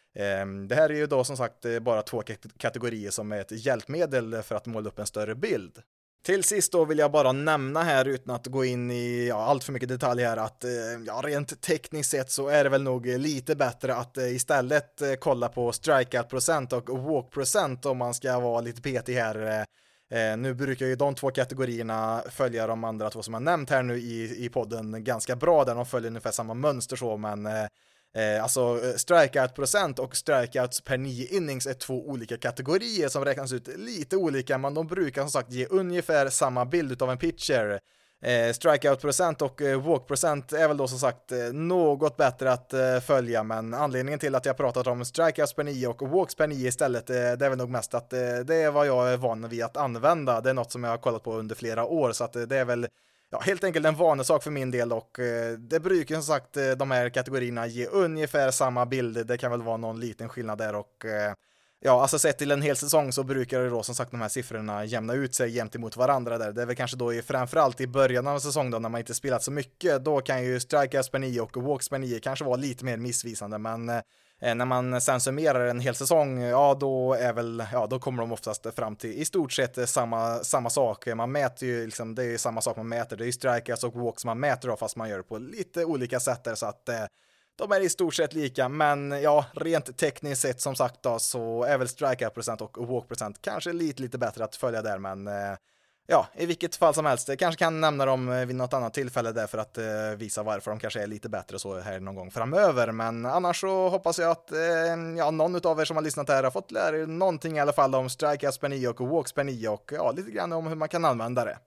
det här är ju då som sagt bara två kategorier som är ett hjälpmedel för att måla upp en större bild. Till sist då vill jag bara nämna här, utan att gå in i ja, allt för mycket detalj här, att ja, rent tekniskt sett så är det väl nog lite bättre att istället kolla på strikeout-procent och walk-procent om man ska vara lite petig här. Nu brukar ju de två kategorierna följa de andra två som jag nämnt här nu i, i podden ganska bra, där de följer ungefär samma mönster så, men Eh, alltså strikeout-procent och strikeouts per nio innings är två olika kategorier som räknas ut lite olika, men de brukar som sagt ge ungefär samma bild av en pitcher. Eh, strikeout-procent och eh, walk-procent är väl då som sagt eh, något bättre att eh, följa, men anledningen till att jag pratat om strikeouts per nio och walks per nio istället, eh, det är väl nog mest att eh, det är vad jag är van vid att använda. Det är något som jag har kollat på under flera år, så att eh, det är väl ja, helt enkelt en vanesak för min del, och eh, det brukar som sagt eh, de här kategorierna ge ungefär samma bild. Det kan väl vara någon liten skillnad där, och eh, ja, alltså sett till en hel säsong så brukar det då som sagt de här siffrorna jämna ut sig jämt emot varandra där. Det är väl kanske då i, framförallt i början av säsongen då, när man inte spelat så mycket, då kan ju strikeouts per nio och walks per nio kanske vara lite mer missvisande, men eh, när man sen summerar en hel säsong, ja då är väl, ja då kommer de oftast fram till i stort sett samma, samma sak. Man mäter ju liksom, det är ju samma sak man mäter, det är ju strikeouts och walks man mäter då, fast man gör det på lite olika sätt där, så att eh, de är i stort sett lika, men ja, rent tekniskt sett som sagt då, så är väl strikeout-procent och walk-procent kanske lite lite bättre att följa där, men eh, ja, i vilket fall som helst, jag kanske kan nämna dem vid något annat tillfälle där för att eh, visa varför de kanske är lite bättre så här någon gång framöver, men annars så hoppas jag att eh, ja, någon av er som har lyssnat här har fått lära er någonting i alla fall om strikeouts per nio och walks per nio och ja, lite grann om hur man kan använda det.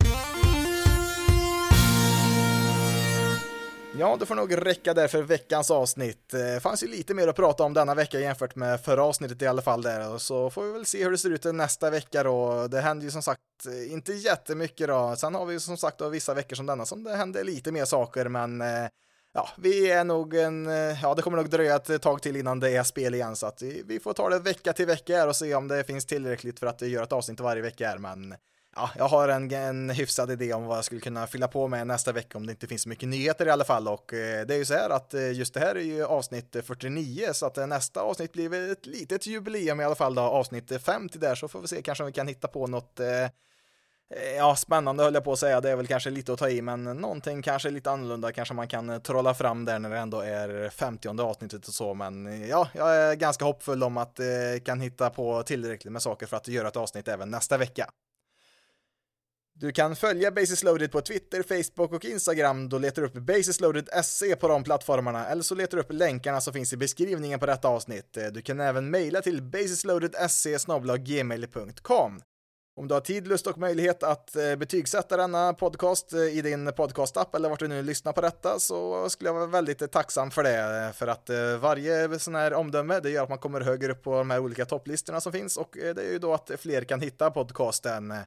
Ja, det får nog räcka där för veckans avsnitt. Det fanns ju lite mer att prata om denna vecka jämfört med förra avsnittet i alla fall där. Så får vi väl se hur det ser ut nästa vecka då. Det händer ju som sagt inte jättemycket då. Sen har vi ju som sagt då vissa veckor som denna som det händer lite mer saker, men ja, vi är nog en, ja, det kommer nog dröja ett tag till innan det är spel igen, så att vi, vi får ta det vecka till vecka här och se om det finns tillräckligt för att göra ett avsnitt varje vecka här, men ja, jag har en, en hyfsad idé om vad jag skulle kunna fylla på med nästa vecka om det inte finns så mycket nyheter i alla fall, och eh, det är ju så här att eh, just det här är ju avsnitt fyrtionio, så att eh, nästa avsnitt blir väl ett litet jubileum i alla fall då, avsnitt femtio där, så får vi se kanske om vi kan hitta på något eh, ja, spännande höll jag på att säga, det är väl kanske lite att ta i, men någonting kanske lite annorlunda kanske man kan trolla fram där när det ändå är femtionde avsnittet och så, men ja, jag är ganska hoppfull om att eh, kan hitta på tillräckligt med saker för att göra ett avsnitt även nästa vecka. Du kan följa Bases Loaded på Twitter, Facebook och Instagram. Då letar du upp Bases Loaded S C på de plattformarna, eller så letar du upp länkarna som finns i beskrivningen på detta avsnitt. Du kan även mejla till basesloadedsc snabel-a gmail punkt com. Om du har tid, lust och möjlighet att betygsätta denna podcast i din podcastapp eller vart du nu lyssnar på detta, så skulle jag vara väldigt tacksam för det, för att varje sån här omdöme, det gör att man kommer högre upp på de här olika topplistorna som finns, och det är ju då att fler kan hitta podcasten.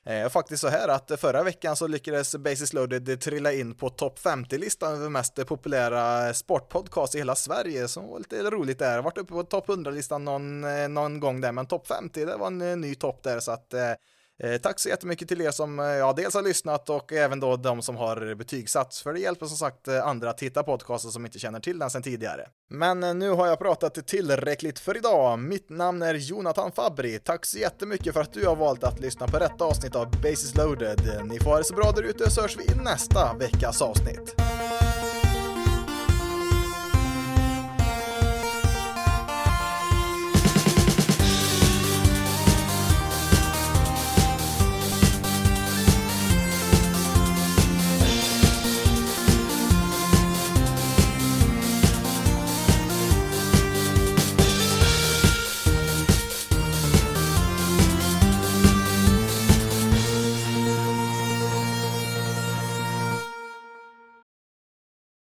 Eh, faktiskt så här att förra veckan så lyckades Bases Loaded trilla in på topp femtio-listan över mest populära sportpodcast i hela Sverige, som var lite roligt där. Vart uppe på topp hundra-listan någon, någon gång där, men topp femtio, det var en ny topp där, så att eh, Eh, tack så jättemycket till er som eh, ja, dels har lyssnat och även då de som har betygsatts, för det hjälper som sagt eh, andra att hitta podcaster som inte känner till den sedan tidigare. Men eh, nu har jag pratat tillräckligt för idag. Mitt namn är Jonathan Fabri. Tack så jättemycket för att du har valt att lyssna på detta avsnitt av Bases Loaded. Ni får ha det så bra där ute, så hörs vi i nästa veckas avsnitt.